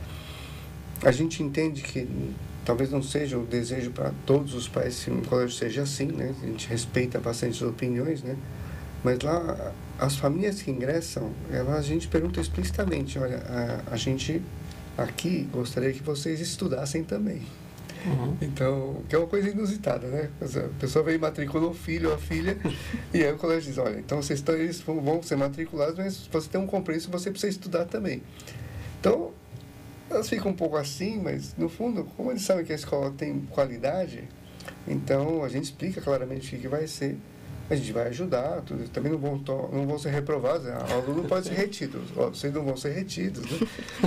A gente entende que talvez não seja o desejo para todos os pais que um colégio seja assim, né? A gente respeita bastante as opiniões, né? Mas lá, as famílias que ingressam, a gente pergunta explicitamente, olha, a gente aqui gostaria que vocês estudassem também. Então, que é uma coisa inusitada, né? A pessoa vem e matricula o filho ou a filha e aí o colégio diz, olha, então eles vão ser matriculados, mas se você tem um compromisso, você precisa estudar também. Então, elas ficam um pouco assim, mas no fundo, como eles sabem que a escola tem qualidade, então a gente explica claramente o que vai ser, a gente vai ajudar, tudo. Também não vão ser reprovados, o aluno pode ser retido, vocês não vão ser retidos, né?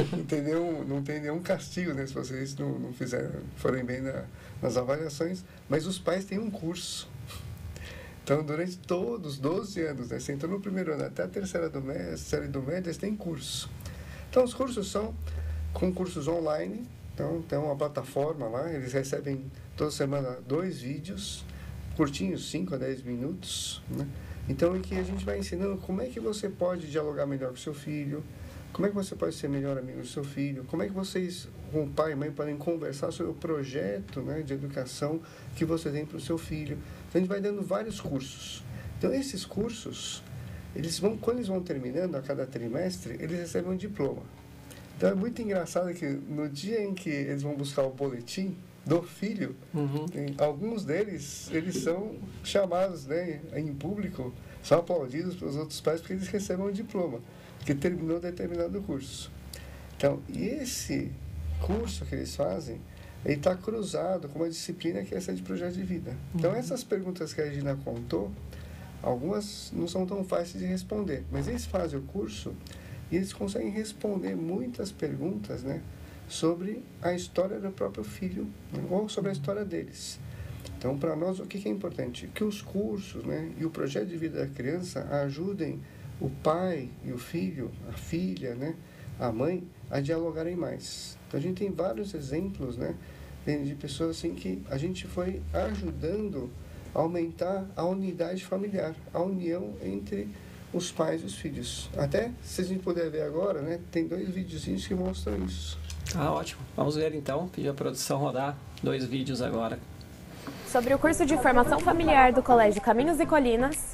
Não tem nenhum castigo, né, se vocês não forem bem nas avaliações, mas os pais têm um curso. Então, durante todos os 12 anos, né, você entrou no primeiro ano até a terceira série do médio, eles têm curso. Então, os cursos são concursos online, então tem uma plataforma lá, eles recebem toda semana 2 vídeos, curtinhos, 5 a 10 minutos, né? Então, em que a gente vai ensinando como é que você pode dialogar melhor com seu filho, como é que você pode ser melhor amigo do seu filho, como é que vocês, com pai e mãe, podem conversar sobre o projeto, né, de educação que você tem para o seu filho. Então, a gente vai dando vários cursos. Então, esses cursos, quando eles vão terminando a cada trimestre, eles recebem um diploma. Então, é muito engraçado que no dia em que eles vão buscar o boletim do filho, alguns deles, eles são chamados, né, em público, são aplaudidos pelos outros pais porque eles recebem um diploma, que terminou determinado curso. Então, e esse curso que eles fazem, ele está cruzado com uma disciplina que é essa de projeto de vida. Então, essas perguntas que a Regina contou, algumas não são tão fáceis de responder, mas eles fazem o curso e eles conseguem responder muitas perguntas, né, sobre a história do próprio filho, né, ou sobre a história deles. Então, para nós, o que é importante? Que os cursos, né, e o projeto de vida da criança ajudem o pai e o filho, a filha, né, a mãe, a dialogarem mais. Então, a gente tem vários exemplos, né, de pessoas assim que a gente foi ajudando a aumentar a unidade familiar, a união entre os pais e os filhos. Até, se a gente puder ver agora, né, tem 2 videozinhos que mostram isso. Ótimo. Vamos ver então, pedir a produção rodar 2 vídeos agora. Sobre o curso de formação familiar do Colégio Caminhos e Colinas,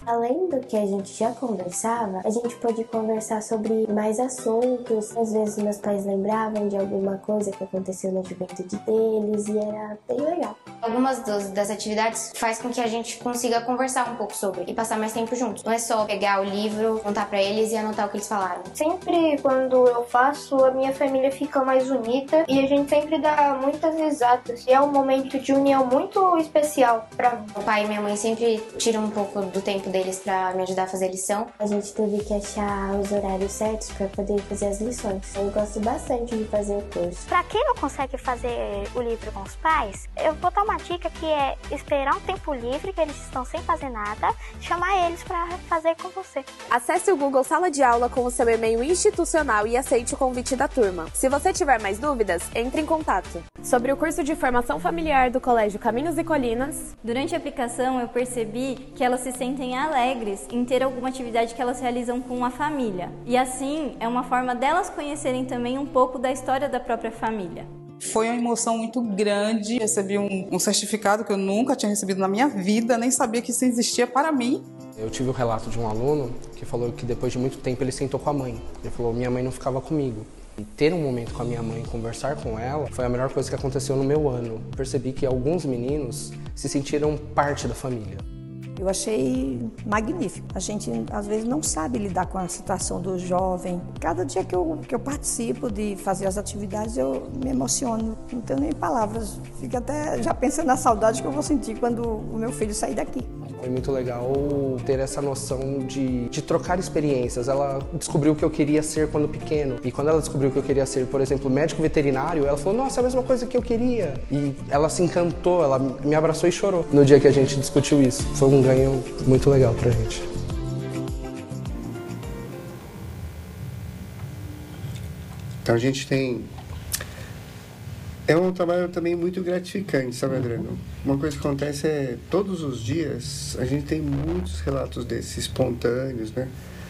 Além do que a gente já conversava, a gente pôde conversar sobre mais assuntos. Às vezes meus pais lembravam de alguma coisa que aconteceu na juventude deles e era bem legal. Algumas das atividades faz com que a gente consiga conversar um pouco sobre e passar mais tempo juntos. Não é só pegar o livro, contar pra eles e anotar o que eles falaram. Sempre quando eu faço, a minha família fica mais unida e a gente sempre dá muitas risadas. E é um momento de união muito especial pra mim. O pai e minha mãe sempre tiram um pouco do tempo deles pra me ajudar a fazer lição. A gente teve que achar os horários certos pra poder fazer as lições. Eu gosto bastante de fazer o curso. Pra quem não consegue fazer o livro com os pais, eu vou dar uma dica que é esperar um tempo livre, que eles estão sem fazer nada, chamar eles pra fazer com você. Acesse o Google Sala de Aula com o seu e-mail institucional e aceite o convite da turma. Se você tiver mais dúvidas, entre em contato. Sobre o curso de formação familiar do Colégio Caminhos e Colinas, durante a aplicação eu percebi que elas se sentem alegres em ter alguma atividade que elas realizam com a família. E assim, é uma forma delas conhecerem também um pouco da história da própria família. Foi uma emoção muito grande. Recebi um certificado que eu nunca tinha recebido na minha vida, nem sabia que isso existia para mim. Eu tive o relato de um aluno que falou que depois de muito tempo ele sentou com a mãe. Ele falou, minha mãe não ficava comigo. E ter um momento com a minha mãe, conversar com ela, foi a melhor coisa que aconteceu no meu ano. Percebi que alguns meninos se sentiram parte da família. Eu achei magnífico. A gente, às vezes, não sabe lidar com a situação do jovem. Cada dia que eu participo de fazer as atividades, eu me emociono. Não tenho nem palavras. Fico até já pensando na saudade que eu vou sentir quando o meu filho sair daqui. Foi muito legal ter essa noção de trocar experiências. Ela descobriu o que eu queria ser quando pequeno. E quando ela descobriu o que eu queria ser, por exemplo, médico veterinário, ela falou, nossa, é a mesma coisa que eu queria. E ela se encantou, ela me abraçou e chorou no dia que a gente discutiu isso. Foi um ganho muito legal pra gente. Então a gente tem... É um trabalho também muito gratificante, sabe, Adriano? Uma coisa que acontece é, todos os dias, a gente tem muitos relatos desses espontâneos, né?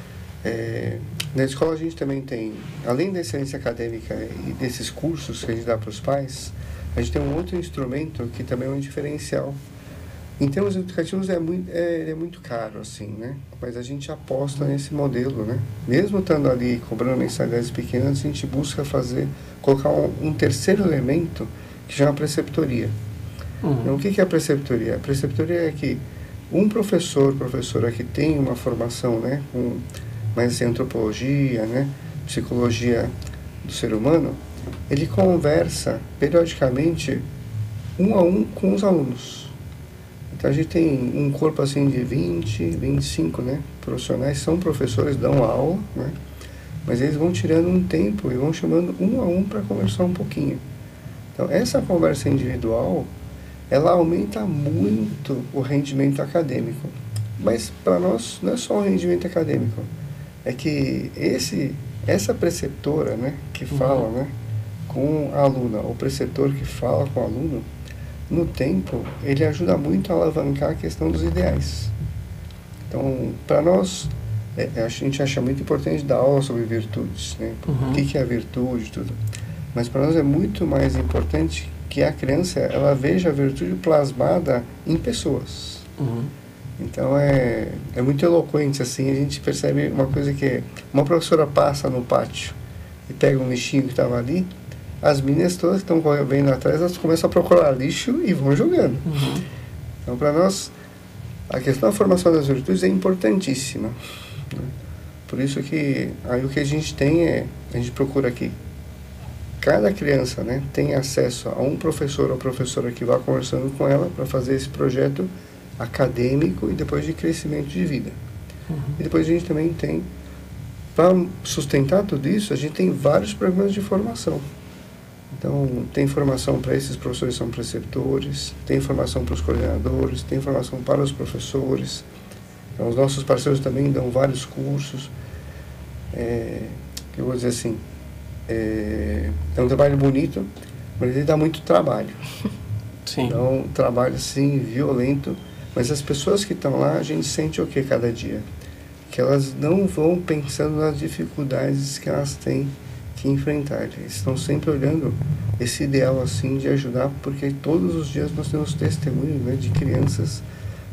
Na escola a gente também tem, além da excelência acadêmica e desses cursos que a gente dá para os pais, a gente tem um outro instrumento que também é um diferencial. Em termos educativos é muito caro, assim, né? Mas a gente aposta nesse modelo, né? Mesmo estando ali cobrando mensalidades pequenas, a gente busca colocar um terceiro elemento que chama preceptoria. Então, o que é a preceptoria? A preceptoria é que um professora que tem uma formação, né, com mais assim, antropologia, né, psicologia do ser humano, ele conversa periodicamente um a um com os alunos. Então a gente tem um corpo assim de 20, 25, né, profissionais, são professores, dão aula, né, mas eles vão tirando um tempo e vão chamando um a um para conversar um pouquinho. Então essa conversa individual, ela aumenta muito o rendimento acadêmico. Mas para nós não é só o rendimento acadêmico, é que essa preceptora, né, que fala, né, com a aluna, o preceptor que fala com o aluno, no tempo, ele ajuda muito a alavancar a questão dos ideais. Então, para nós, a gente acha muito importante dar aula sobre virtudes, né? O que é a virtude, tudo. Mas para nós é muito mais importante que a criança ela veja a virtude plasmada em pessoas. Então, é muito eloquente, assim, a gente percebe uma coisa que uma professora passa no pátio e pega um lixinho que estava ali, as meninas todas que estão vendo atrás, elas começam a procurar lixo e vão jogando. Então, para nós, a questão da formação das virtudes é importantíssima. Né? Por isso que aí o que a gente tem a gente procura aqui, cada criança, né, tem acesso a um professor ou professora que vá conversando com ela para fazer esse projeto acadêmico e depois de crescimento de vida. E depois a gente também tem, para sustentar tudo isso, a gente tem vários programas de formação. Então, tem formação para esses professores que são preceptores, tem formação para os coordenadores, tem formação para os professores. Então, os nossos parceiros também dão vários cursos. Eu vou dizer assim, é um trabalho bonito, mas ele dá muito trabalho. Sim. Então, um trabalho, assim, violento, mas as pessoas que estão lá, a gente sente o que cada dia? Que elas não vão pensando nas dificuldades que elas têm que enfrentar. Eles estão sempre olhando esse ideal assim de ajudar, porque todos os dias nós temos testemunhos, né, de crianças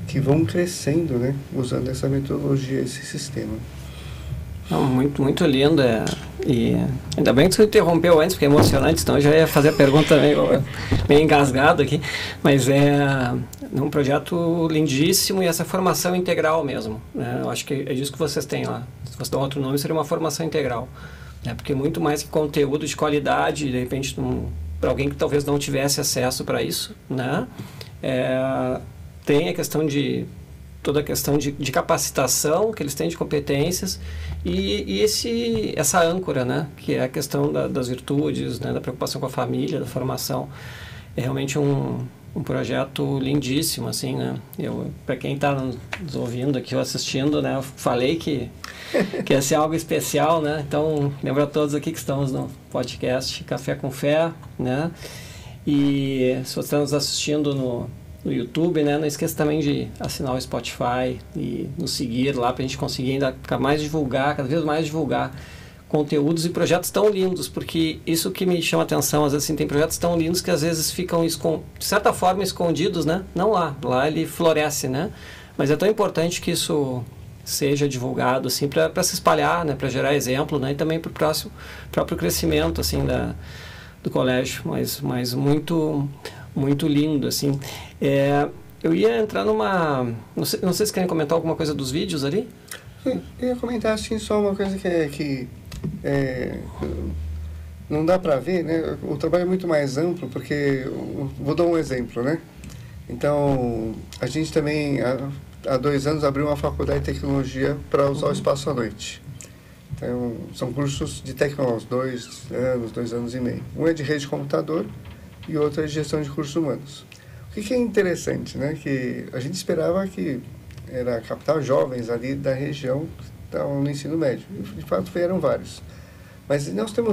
que vão crescendo, né, usando essa metodologia, esse sistema. Não, muito lindo. E ainda bem que você interrompeu antes, porque é emocionante, senão eu já ia fazer a pergunta meio engasgado aqui. Mas é um projeto lindíssimo e essa formação integral mesmo, né? Eu acho que é isso que vocês têm lá. Se você dá outro nome, seria uma formação integral. Né? Porque muito mais que conteúdo de qualidade, de repente, para alguém que talvez não tivesse acesso para isso, né? Tem a questão toda a questão de capacitação que eles têm, de competências, e essa âncora, né, que é a questão das virtudes, né, da preocupação com a família, da formação. É realmente um projeto lindíssimo, assim, né? Para quem está nos ouvindo aqui ou assistindo, né, eu falei que ia ser algo especial, né? Então, lembro a todos aqui que estamos no podcast Café com Fé, né? E se você está nos assistindo no YouTube, né? Não esqueça também de assinar o Spotify e nos seguir lá para a gente conseguir ainda cada vez mais divulgar conteúdos e projetos tão lindos, porque isso que me chama a atenção, às vezes assim, tem projetos tão lindos que às vezes ficam de certa forma escondidos, né? Não lá ele floresce, né? Mas é tão importante que isso seja divulgado assim para se espalhar, né? Para gerar exemplo, né? E também para o próprio crescimento assim do colégio, mas muito lindo, assim. Eu ia entrar numa... Não sei se vocês querem comentar alguma coisa dos vídeos ali? Eu ia comentar, assim, só uma coisa que não dá para ver, né? O trabalho é muito mais amplo, porque... Vou dar um exemplo, né? Então, a gente também, há 2 anos, abriu uma faculdade de tecnologia para usar o espaço à noite. Então, são cursos de tecnologia, 2 anos e meio. Um é de rede de computador e outro é de gestão de recursos humanos. O que é interessante, né? Que a gente esperava que era captar jovens ali da região que estavam no ensino médio. E, de fato, vieram vários. Mas nós temos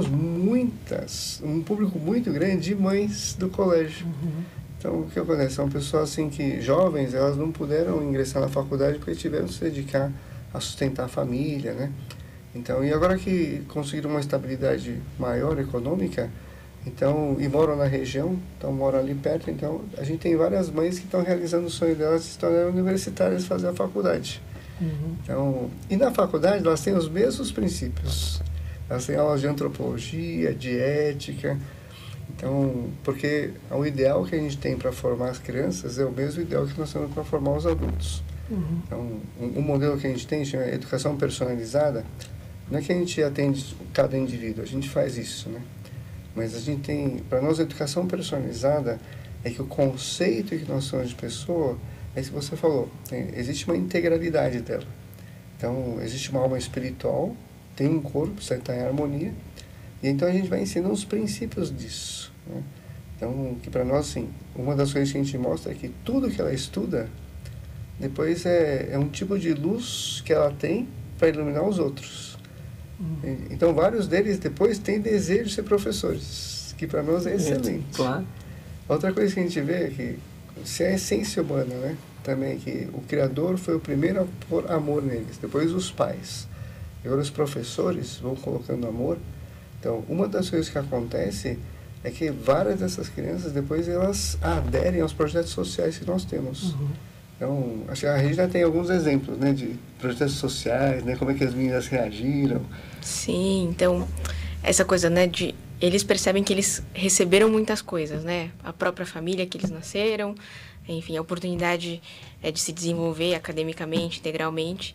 um público muito grande de mães do colégio. Então, o que acontece? São pessoas assim que, jovens, elas não puderam ingressar na faculdade porque tiveram que se dedicar a sustentar a família, né? Então, e agora que conseguiram uma estabilidade maior econômica, então, e moram na região, então moram ali perto, então a gente tem várias mães que estão realizando o sonho delas de se tornarem universitárias e fazer a faculdade. Então, e na faculdade elas têm os mesmos princípios. Elas têm aulas de antropologia, de ética. Então, porque o ideal que a gente tem para formar as crianças é o mesmo ideal que nós temos para formar os adultos. Então, um modelo que a gente tem chama educação personalizada. Não é que a gente atende cada indivíduo, a gente faz isso, né? Mas a gente tem, para nós, a educação personalizada é que o conceito que nós somos de pessoa é isso que você falou, existe uma integralidade dela. Então, existe uma alma espiritual, tem um corpo, precisa estar em harmonia, e então a gente vai ensinando os princípios disso, né? Então, que para nós, assim, uma das coisas que a gente mostra é que tudo que ela estuda, depois é um tipo de luz que ela tem para iluminar os outros. Então, vários deles depois têm desejo de ser professores, que para nós é excelente. Claro. Outra coisa que a gente vê é que se a essência humana, né, também que o Criador foi o primeiro a pôr amor neles, depois os pais. E agora os professores vão colocando amor. Então, uma das coisas que acontece é que várias dessas crianças depois elas aderem aos projetos sociais que nós temos. Então, acho que a Regina tem alguns exemplos, né, de projetos sociais, né, como é que as meninas reagiram. Sim, então, essa coisa, né, de eles percebem que eles receberam muitas coisas, né, a própria família que eles nasceram, enfim, a oportunidade de se desenvolver academicamente, integralmente,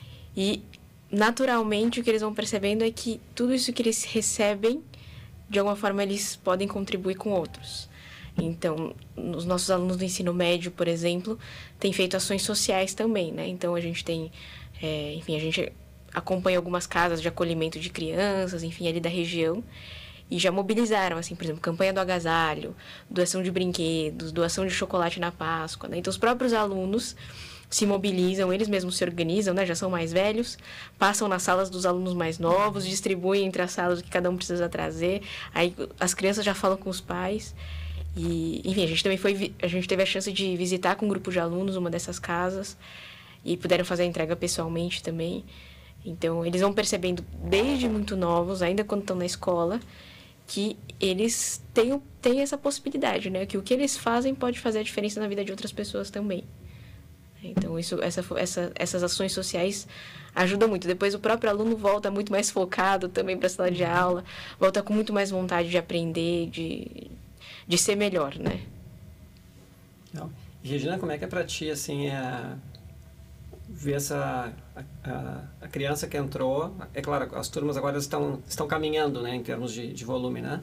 e naturalmente o que eles vão percebendo é que tudo isso que eles recebem, de alguma forma eles podem contribuir com outros. Então, os nossos alunos do ensino médio, por exemplo, têm feito ações sociais também, né? Então, a gente tem, enfim, a gente acompanha algumas casas de acolhimento de crianças, enfim, ali da região, e já mobilizaram, assim, por exemplo, campanha do agasalho, doação de brinquedos, doação de chocolate na Páscoa, né? Então, os próprios alunos se mobilizam, eles mesmos se organizam, né? Já são mais velhos, passam nas salas dos alunos mais novos, distribuem entre as salas o que cada um precisa trazer, aí as crianças já falam com os pais. E, enfim, a gente teve a chance de visitar com um grupo de alunos uma dessas casas e puderam fazer a entrega pessoalmente também. Então, eles vão percebendo desde muito novos, ainda quando estão na escola, que eles têm essa possibilidade, né? Que o que eles fazem pode fazer a diferença na vida de outras pessoas também. Então, essas ações sociais ajudam muito. Depois, o próprio aluno volta muito mais focado também para a sala de aula, volta com muito mais vontade de aprender, de ser melhor, né? Não. E, Regina, como é que é para ti, assim, ver a criança que entrou? É claro, as turmas agora estão caminhando, né, em termos de volume, né?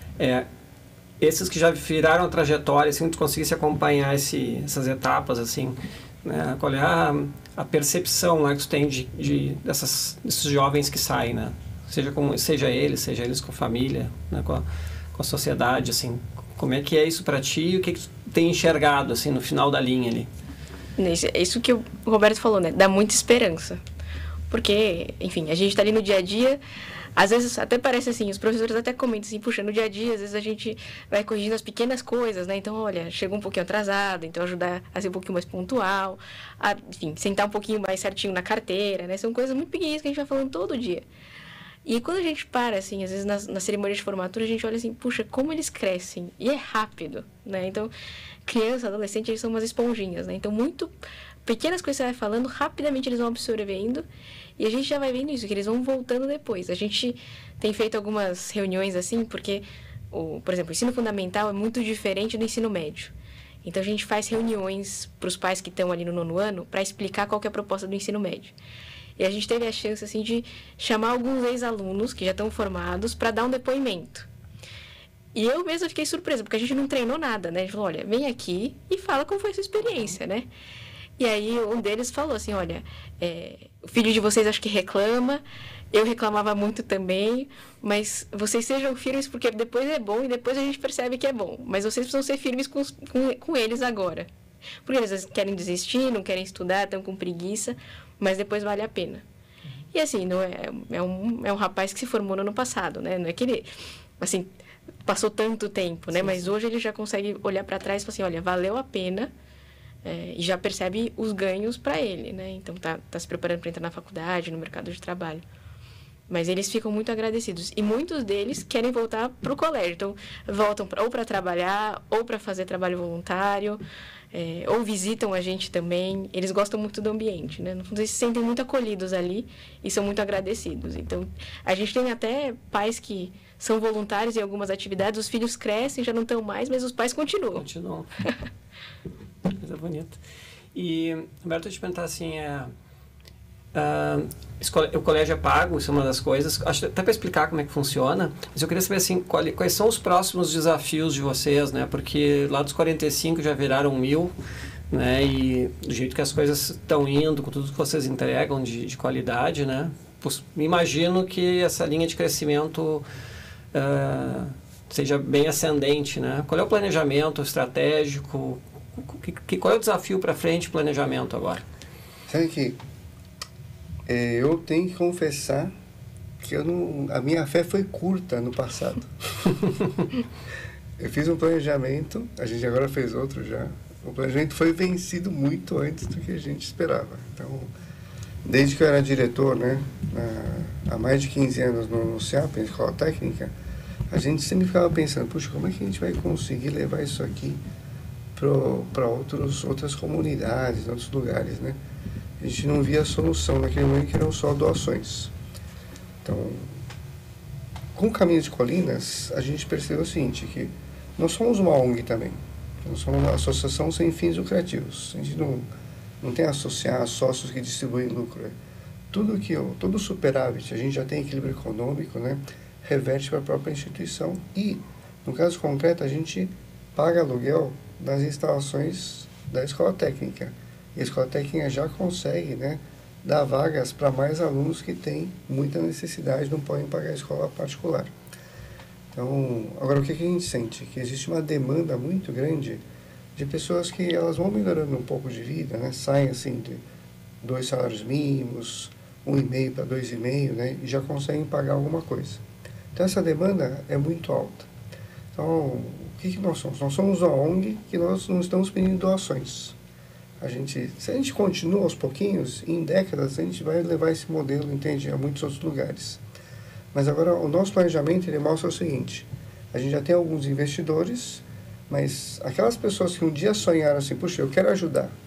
Esses que já viraram a trajetória, assim, tu conseguisse acompanhar essas etapas, assim, né? Qual é a percepção, né, que tu tem desses jovens que saem, né? Seja eles com a família, né, com a sociedade, assim. Como é que é isso para ti e o que tu tem enxergado, assim, no final da linha ali? Isso que o Roberto falou, né? Dá muita esperança. Porque, enfim, a gente tá ali no dia a dia, às vezes até parece assim, os professores até comentam assim, puxa, no dia a dia, às vezes a gente vai corrigindo as pequenas coisas, né? Então, olha, chegou um pouquinho atrasado, então ajudar a ser um pouquinho mais pontual, enfim, sentar um pouquinho mais certinho na carteira, né? São coisas muito pequenas que a gente vai falando todo dia. E quando a gente para, assim, às vezes na cerimônia de formatura, a gente olha assim, puxa, como eles crescem. E é rápido, né? Então, criança, adolescente, eles são umas esponjinhas, né? Então, muito pequenas coisas que você vai falando, rapidamente eles vão absorvendo. E a gente já vai vendo isso, que eles vão voltando depois. A gente tem feito algumas reuniões assim, porque, por exemplo, o ensino fundamental é muito diferente do ensino médio. Então, a gente faz reuniões para os pais que estão ali no 9º ano para explicar qual que é a proposta do ensino médio. E a gente teve a chance, assim, de chamar alguns ex-alunos que já estão formados para dar um depoimento. E eu mesma fiquei surpresa, porque a gente não treinou nada, né? A gente falou, olha, vem aqui e fala como foi a sua experiência, né? E aí um deles falou assim, olha, o filho de vocês acho que reclama, eu reclamava muito também, mas vocês sejam firmes porque depois é bom e depois a gente percebe que é bom. Mas vocês precisam ser firmes com eles agora. Porque eles querem desistir, não querem estudar, estão com preguiça, mas depois vale a pena. E assim, não é um rapaz que se formou no ano passado, né? Não é que ele, assim, passou tanto tempo, né? Sim, mas hoje ele já consegue olhar para trás e falar assim, olha, valeu a pena, e já percebe os ganhos para ele, né? Então tá se preparando para entrar na faculdade, no mercado de trabalho. Mas eles ficam muito agradecidos. E muitos deles querem voltar para o colégio. Então, voltam ou para trabalhar, ou para fazer trabalho voluntário, ou visitam a gente também. Eles gostam muito do ambiente, né? No fundo, eles se sentem muito acolhidos ali e são muito agradecidos. Então, a gente tem até pais que são voluntários em algumas atividades, os filhos crescem, já não estão mais, mas os pais continuam. Continuam. Coisa bonita. E, Roberto, eu te perguntar assim, o colégio é pago, isso é uma das coisas, acho até para explicar como é que funciona, mas eu queria saber assim, quais são os próximos desafios de vocês, né? Porque lá dos 45 já viraram 1000, né? E do jeito que as coisas estão indo, com tudo que vocês entregam de qualidade, né? Me imagino que essa linha de crescimento seja bem ascendente, né? Qual é o planejamento estratégico? Qual é o desafio para frente, planejamento agora? Sabe que eu tenho que confessar que a minha fé foi curta no passado. Eu fiz um planejamento, a gente agora fez outro já. O planejamento foi vencido muito antes do que a gente esperava. Então, desde que eu era diretor, né, há mais de 15 anos no CEAP, na Escola Técnica, a gente sempre ficava pensando, puxa, como é que a gente vai conseguir levar isso aqui para outras comunidades, outros lugares, né? A gente não via a solução naquele momento, que eram só doações. Então, com o Caminhos de Colinas, a gente percebeu o seguinte, que nós somos uma ONG também. Nós somos uma associação sem fins lucrativos. A gente não tem a associar sócios que distribuem lucro. Todo o superávit, a gente já tem equilíbrio econômico, né? Reverte para a própria instituição. E, no caso concreto, a gente paga aluguel das instalações da Escola Técnica. E a Escola Técnica já consegue, né, dar vagas para mais alunos que têm muita necessidade, não podem pagar a escola particular. Então, agora o que a gente sente? Que existe uma demanda muito grande de pessoas que elas vão melhorando um pouco de vida, né, saem assim de 2 salários mínimos, 1,5 para 2,5, né, e já conseguem pagar alguma coisa. Então essa demanda é muito alta. Então, o que nós somos? Nós somos uma ONG que nós não estamos pedindo doações. Se a gente continua aos pouquinhos, em décadas a gente vai levar esse modelo, entende, a muitos outros lugares. Mas agora o nosso planejamento ele mostra o seguinte, a gente já tem alguns investidores, mas aquelas pessoas que um dia sonharam assim, puxa, eu quero ajudar,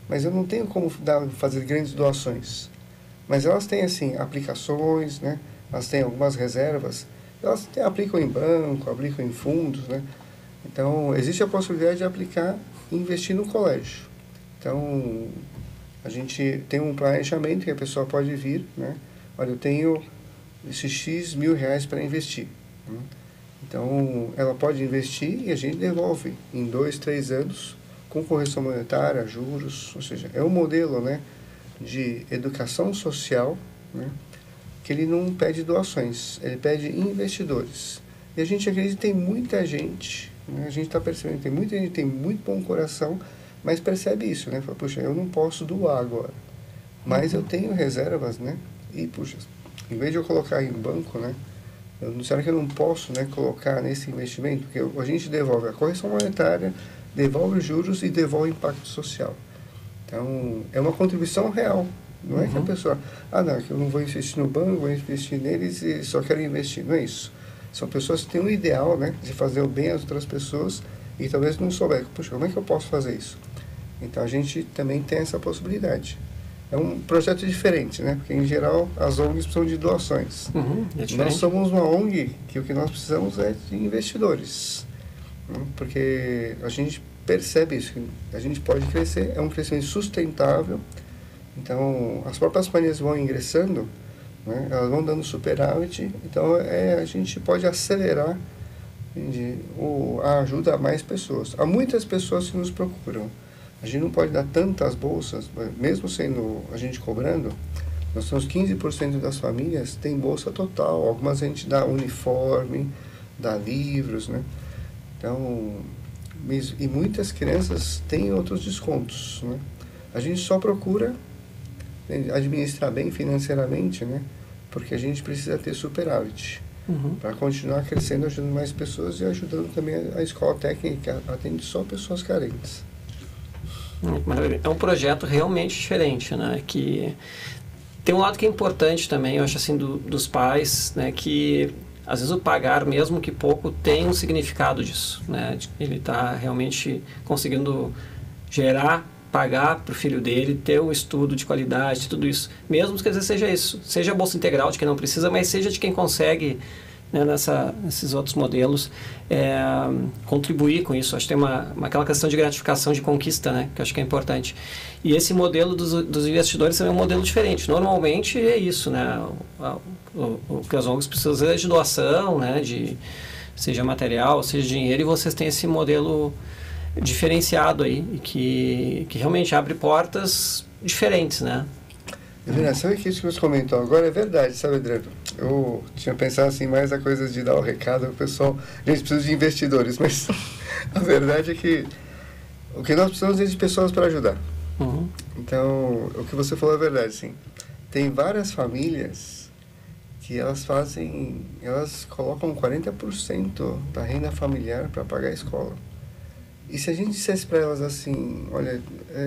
mas eu não tenho como fazer grandes doações. Mas elas têm, assim, aplicações, né? Elas têm algumas reservas, elas aplicam em banco, aplicam em fundos, né? Então, existe a possibilidade de aplicar e investir no colégio. Então, a gente tem um planejamento que a pessoa pode vir, né? Olha, eu tenho esses X mil reais para investir. Né? Então, ela pode investir e a gente devolve em 2, 3 anos com correção monetária, juros, ou seja, é um modelo, né, de educação social, né, que ele não pede doações, ele pede investidores. E a gente acredita que tem muita gente, né, a gente está percebendo que tem muita gente que tem muito bom coração, mas percebe isso, né? Fala, puxa, eu não posso doar agora, mas eu tenho reservas, né? E, puxa, em vez de eu colocar em banco, né? Será que eu não posso, né, colocar nesse investimento? Porque a gente devolve a correção monetária, devolve os juros e devolve o impacto social. Então, é uma contribuição real. Não é que a pessoa, não, que eu não vou investir no banco, vou investir neles e só quero investir. Não é isso. São pessoas que têm um ideal, né, de fazer o bem às outras pessoas e talvez não souber, puxa, como é que eu posso fazer isso? Então, a gente também tem essa possibilidade. É um projeto diferente, né? Porque, em geral, as ONGs precisam de doações. Nós somos uma ONG que o que nós precisamos é de investidores. Né? Porque a gente percebe isso, que a gente pode crescer, é um crescimento sustentável. Então, as próprias famílias vão ingressando, né? Elas vão dando superávit. Então, a gente pode acelerar a ajuda a mais pessoas. Há muitas pessoas que nos procuram. A gente não pode dar tantas bolsas, mesmo sendo a gente cobrando, nós temos 15% das famílias tem bolsa total, algumas a gente dá uniforme, dá livros, né? Então, e muitas crianças têm outros descontos, né? A gente só procura administrar bem financeiramente, né? Porque a gente precisa ter superávit para continuar crescendo, ajudando mais pessoas e ajudando também a escola técnica, que atende só pessoas carentes. É um projeto realmente diferente, né? Que tem um lado que é importante também, eu acho assim, dos pais, né? Que às vezes o pagar, mesmo que pouco, tem um significado disso, né? Ele está realmente conseguindo pagar para o filho dele, ter um estudo de qualidade, tudo isso. Mesmo que às vezes seja isso, seja a bolsa integral de quem não precisa, mas seja de quem consegue, né, nesses outros modelos, contribuir com isso. Acho que tem aquela questão de gratificação de conquista, né, que eu acho que é importante. E esse modelo dos investidores também é um modelo diferente. Normalmente é isso, né, o que as ONGs precisam é de doação, né, seja material, seja dinheiro, e vocês têm esse modelo diferenciado aí, que realmente abre portas diferentes, né? Sabe que isso que você comentou agora é verdade, sabe, Adriano? Eu tinha pensado assim mais a coisa de dar o recado ao pessoal. A gente precisa de investidores, mas a verdade é que o que nós precisamos é de pessoas para ajudar. Então, o que você falou é verdade, sim. Tem várias famílias que elas colocam 40% da renda familiar para pagar a escola. E se a gente dissesse para elas assim, olha,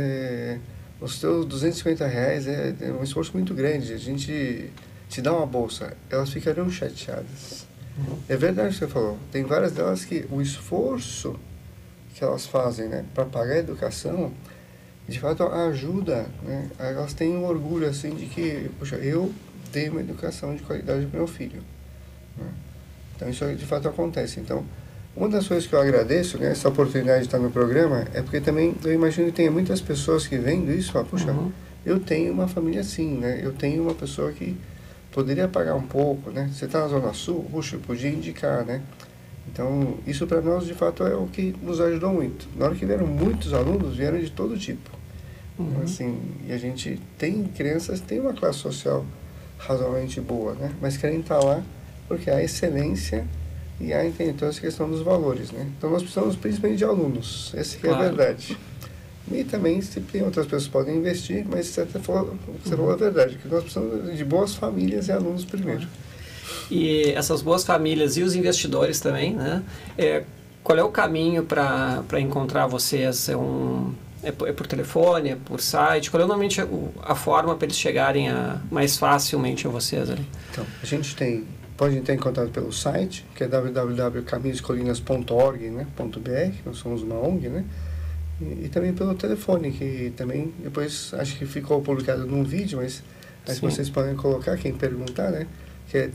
os teus R$250 é um esforço muito grande, a gente te dá uma bolsa, elas ficariam chateadas. É verdade o que você falou, tem várias delas que o esforço que elas fazem, né, para pagar a educação, de fato ajuda, né, elas têm um orgulho assim de que, poxa, eu dei uma educação de qualidade para o meu filho. Né? Então isso de fato acontece. Então, uma das coisas que eu agradeço, né, essa oportunidade de estar no programa, é porque também eu imagino que tenha muitas pessoas que vendo isso e falam, puxa, eu tenho uma família assim, né, eu tenho uma pessoa que poderia pagar um pouco, né, você está na Zona Sul, puxa, eu podia indicar, né. Então, isso para nós, de fato, é o que nos ajudou muito. Na hora que vieram muitos alunos, vieram de todo tipo. Assim, e a gente tem crianças que têm uma classe social razoavelmente boa, né, mas querem estar lá porque a excelência e há então essa questão dos valores, né? Então nós precisamos principalmente de alunos, essa que é a verdade. E também se tem outras pessoas que podem investir, mas você falou a verdade, que nós precisamos de boas famílias e alunos primeiro. E essas boas famílias e os investidores também, né? Qual é o caminho para encontrar vocês? É por telefone, é por site? Qual é normalmente a forma para eles chegarem mais facilmente a vocês ali? Então, a gente pode entrar em contato pelo site, que é www.caminhoscolinas.org, né, .br, nós somos uma ONG, né? e também pelo telefone, que também depois acho que ficou publicado num vídeo, mas vocês podem colocar, quem perguntar, né? Que é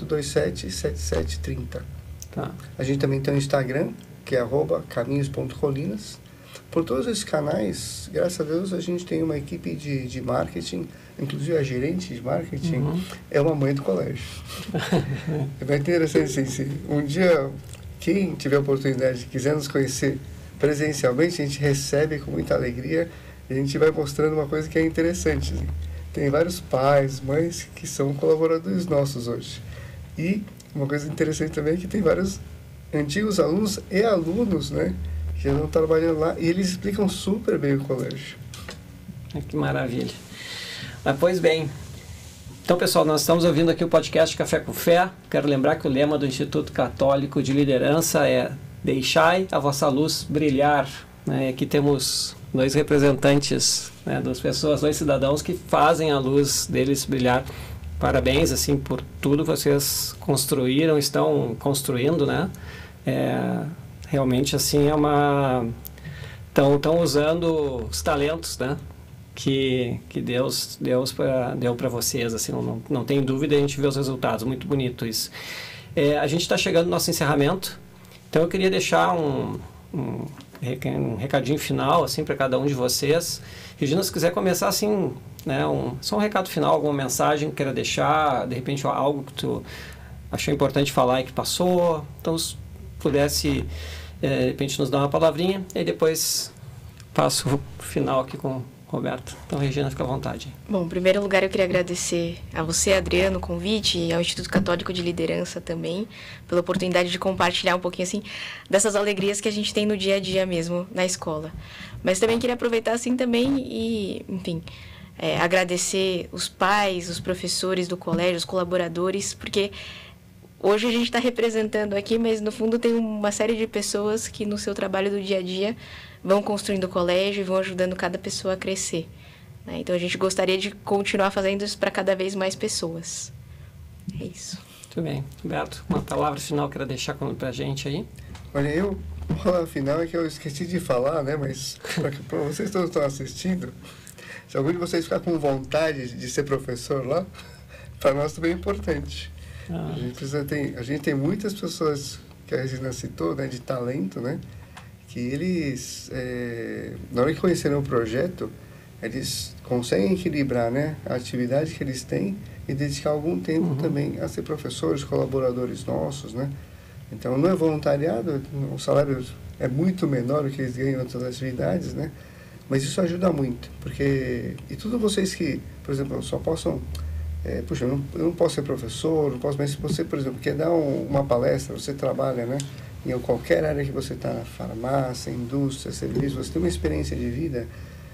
3427-7730. Tá. A gente também tem um Instagram, que é @caminhos.colinas. Por todos esses canais, graças a Deus, a gente tem uma equipe de marketing, inclusive a gerente de marketing é uma mãe do colégio. É bem interessante, assim, um dia, quem tiver a oportunidade, quiser nos conhecer presencialmente, a gente recebe com muita alegria e a gente vai mostrando uma coisa que é interessante. Assim. Tem vários pais, mães que são colaboradores nossos hoje. E uma coisa interessante também é que tem vários antigos alunos e alunos, né, que já estão trabalhando lá e eles explicam super bem o colégio. Que maravilha. Mas, pois bem, então, pessoal, nós estamos ouvindo aqui o podcast Café com Fé. Quero lembrar que o lema do Instituto Católico de Liderança é Deixai a vossa luz brilhar. Aqui temos 2 representantes, né, 2 pessoas, 2 cidadãos que fazem a luz deles brilhar. Parabéns, assim, por tudo que vocês construíram, estão construindo, né? Realmente, assim, é uma... Estão usando os talentos, né? Que Deus deu para vocês, assim, não tem dúvida, a gente vê os resultados, muito bonito isso. A gente está chegando no nosso encerramento, então eu queria deixar um recadinho final, assim, para cada um de vocês. Regina, se quiser começar, assim, né, só um recado final, alguma mensagem que queira deixar, de repente algo que tu achou importante falar e que passou, então se pudesse, de repente, nos dar uma palavrinha, e depois passo o final aqui com o Roberto. Então, Regina, fica à vontade. Bom, em primeiro lugar, eu queria agradecer a você, Adriano, o convite, e ao Instituto Católico de Liderança também, pela oportunidade de compartilhar um pouquinho, assim, dessas alegrias que a gente tem no dia a dia mesmo, na escola. Mas também queria aproveitar, assim, também e, enfim, agradecer os pais, os professores do colégio, os colaboradores, porque hoje a gente está representando aqui, mas no fundo tem uma série de pessoas que no seu trabalho do dia a dia vão construindo o colégio e vão ajudando cada pessoa a crescer. Né? Então a gente gostaria de continuar fazendo isso para cada vez mais pessoas. É isso. Muito bem. Roberto, uma palavra final que quero deixar para a gente aí? Olha, a palavra final é que eu esqueci de falar, né? Mas para vocês todos estão assistindo, se algum de vocês ficar com vontade de ser professor lá, para nós também é importante. A gente tem muitas pessoas que a Regina citou, né, de talento, né, que eles, na hora que conheceram o projeto, eles conseguem equilibrar, né, a atividade que eles têm e dedicar algum tempo também a ser professores, colaboradores nossos, né. Então, não é voluntariado, o salário é muito menor do que eles ganham em outras atividades, né, mas isso ajuda muito, porque... E tudo vocês que, por exemplo, só possam... puxa, eu não posso ser professor, não posso, mas se você, por exemplo, quer dar uma palestra, você trabalha, né, em qualquer área que você está, na farmácia, indústria, serviço, você tem uma experiência de vida,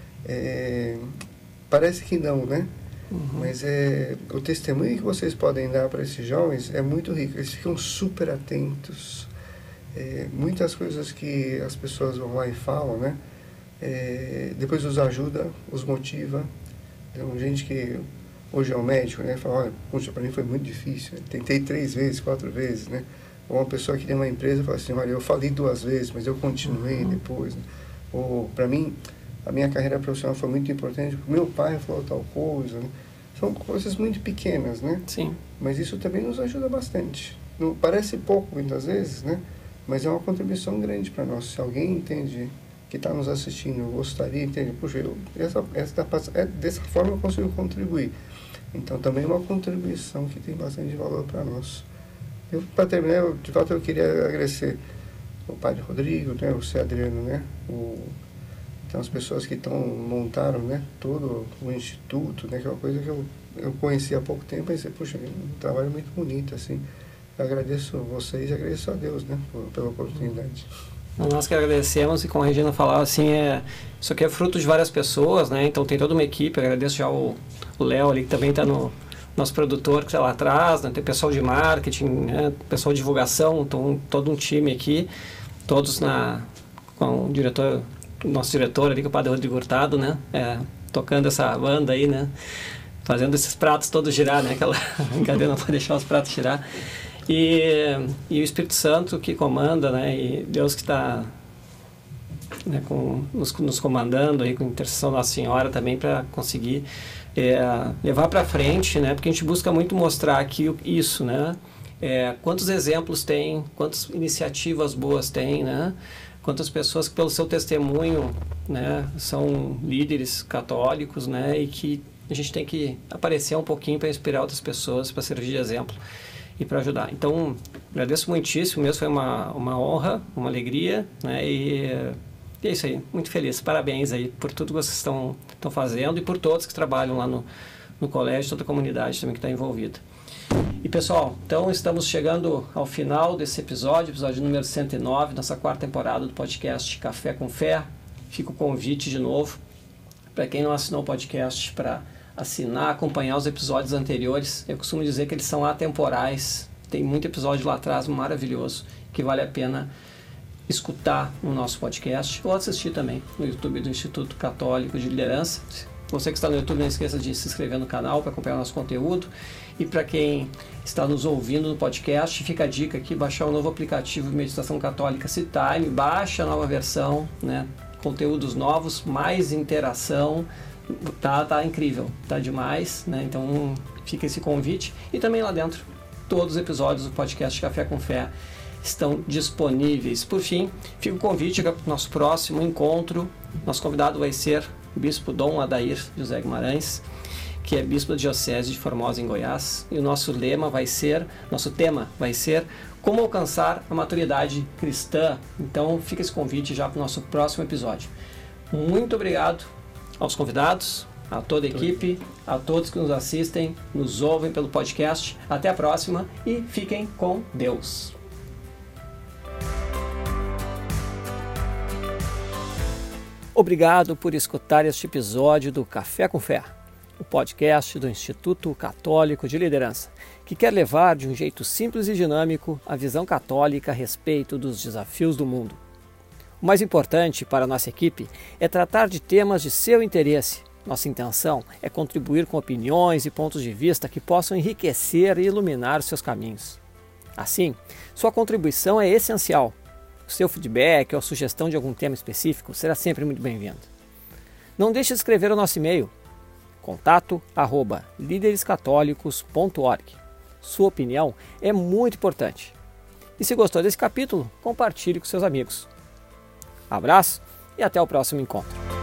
parece que não, né? Mas o testemunho que vocês podem dar para esses jovens é muito rico, eles ficam super atentos, muitas coisas que as pessoas vão lá e falam, né? Depois os ajuda, os motiva. Então, gente que hoje é um médico, né, fala, olha, puxa, para mim foi muito difícil, né? Tentei 3 vezes, 4 vezes, né? Ou uma pessoa que tem uma empresa fala assim, olha, eu falei 2 vezes, mas eu continuei depois, né? Ou, para mim, a minha carreira profissional foi muito importante, porque meu pai falou tal coisa, né? São coisas muito pequenas, né? Sim. Mas isso também nos ajuda bastante. Não, parece pouco, muitas vezes, né? Mas é uma contribuição grande para nós. Se alguém entende, que está nos assistindo, eu gostaria, entende? Puxa, dessa forma eu consigo contribuir. Então, também é uma contribuição que tem bastante valor para nós. Para terminar, de fato, eu queria agradecer o padre Rodrigo, né, o Cé Adriano, né, então, as pessoas que montaram, né, todo o instituto, né, que é uma coisa que eu conheci há pouco tempo, e pensei, puxa, um trabalho muito bonito, assim. Eu agradeço vocês e agradeço a Deus, né, pela oportunidade. Nós que agradecemos, e como a Regina falava, assim, isso aqui é fruto de várias pessoas, né, então tem toda uma equipe. Eu agradeço já o Léo ali, que também está no nosso produtor, que está lá atrás, né, tem pessoal de marketing, né, pessoal de divulgação, então todo um time aqui, todos com o diretor, nosso diretor ali, que é o padre Rodrigo Hurtado, né, tocando essa banda aí, né, fazendo esses pratos todos girar, né, aquela brincadeira, não pode deixar os pratos girar. E o Espírito Santo que comanda, né, e Deus que está né, nos comandando aí, com a intercessão da Nossa Senhora também, para conseguir levar para frente, né, porque a gente busca muito mostrar aqui isso, né, quantos exemplos tem, quantas iniciativas boas tem, né, quantas pessoas que pelo seu testemunho, né, são líderes católicos, né, e que a gente tem que aparecer um pouquinho para inspirar outras pessoas, para servir de exemplo e para ajudar. Então, agradeço muitíssimo, mesmo foi uma honra, uma alegria, né, e é isso aí, muito feliz. Parabéns aí por tudo que vocês estão fazendo e por todos que trabalham lá no colégio, toda a comunidade também que está envolvida. E pessoal, então estamos chegando ao final desse episódio número 109, nossa 4ª temporada do podcast Café com Fé. Fica o convite de novo para quem não assinou o podcast para assinar, acompanhar os episódios anteriores. Eu costumo dizer que eles são atemporais, tem muito episódio lá atrás maravilhoso que vale a pena escutar no nosso podcast ou assistir também no YouTube do Instituto Católico de Liderança. Você que está no YouTube, não esqueça de se inscrever no canal para acompanhar o nosso conteúdo. E para quem está nos ouvindo no podcast, fica a dica aqui, baixar o novo aplicativo de Meditação Católica C-Time, baixa a nova versão, né? Conteúdos novos, mais interação, tá incrível, tá demais, né? Então fica esse convite. E também lá dentro, todos os episódios do podcast Café com Fé estão disponíveis. Por fim, fica o convite para o nosso próximo encontro. Nosso convidado vai ser o Bispo Dom Adair José Guimarães, que é Bispo da Diocese de Formosa, em Goiás. E o nosso tema vai ser como alcançar a maturidade cristã. Então fica esse convite já para o nosso próximo episódio. Muito obrigado aos convidados, a toda a equipe, a todos que nos assistem, nos ouvem pelo podcast. Até a próxima e fiquem com Deus. Obrigado por escutar este episódio do Café com Fé, o podcast do Instituto Católico de Liderança, que quer levar de um jeito simples e dinâmico a visão católica a respeito dos desafios do mundo. O mais importante para a nossa equipe é tratar de temas de seu interesse. Nossa intenção é contribuir com opiniões e pontos de vista que possam enriquecer e iluminar os seus caminhos. Assim, sua contribuição é essencial. O seu feedback ou sugestão de algum tema específico será sempre muito bem-vindo. Não deixe de escrever o nosso e-mail, contato@liderescatolicos.org. Sua opinião é muito importante. E se gostou desse capítulo, compartilhe com seus amigos. Abraço e até o próximo encontro.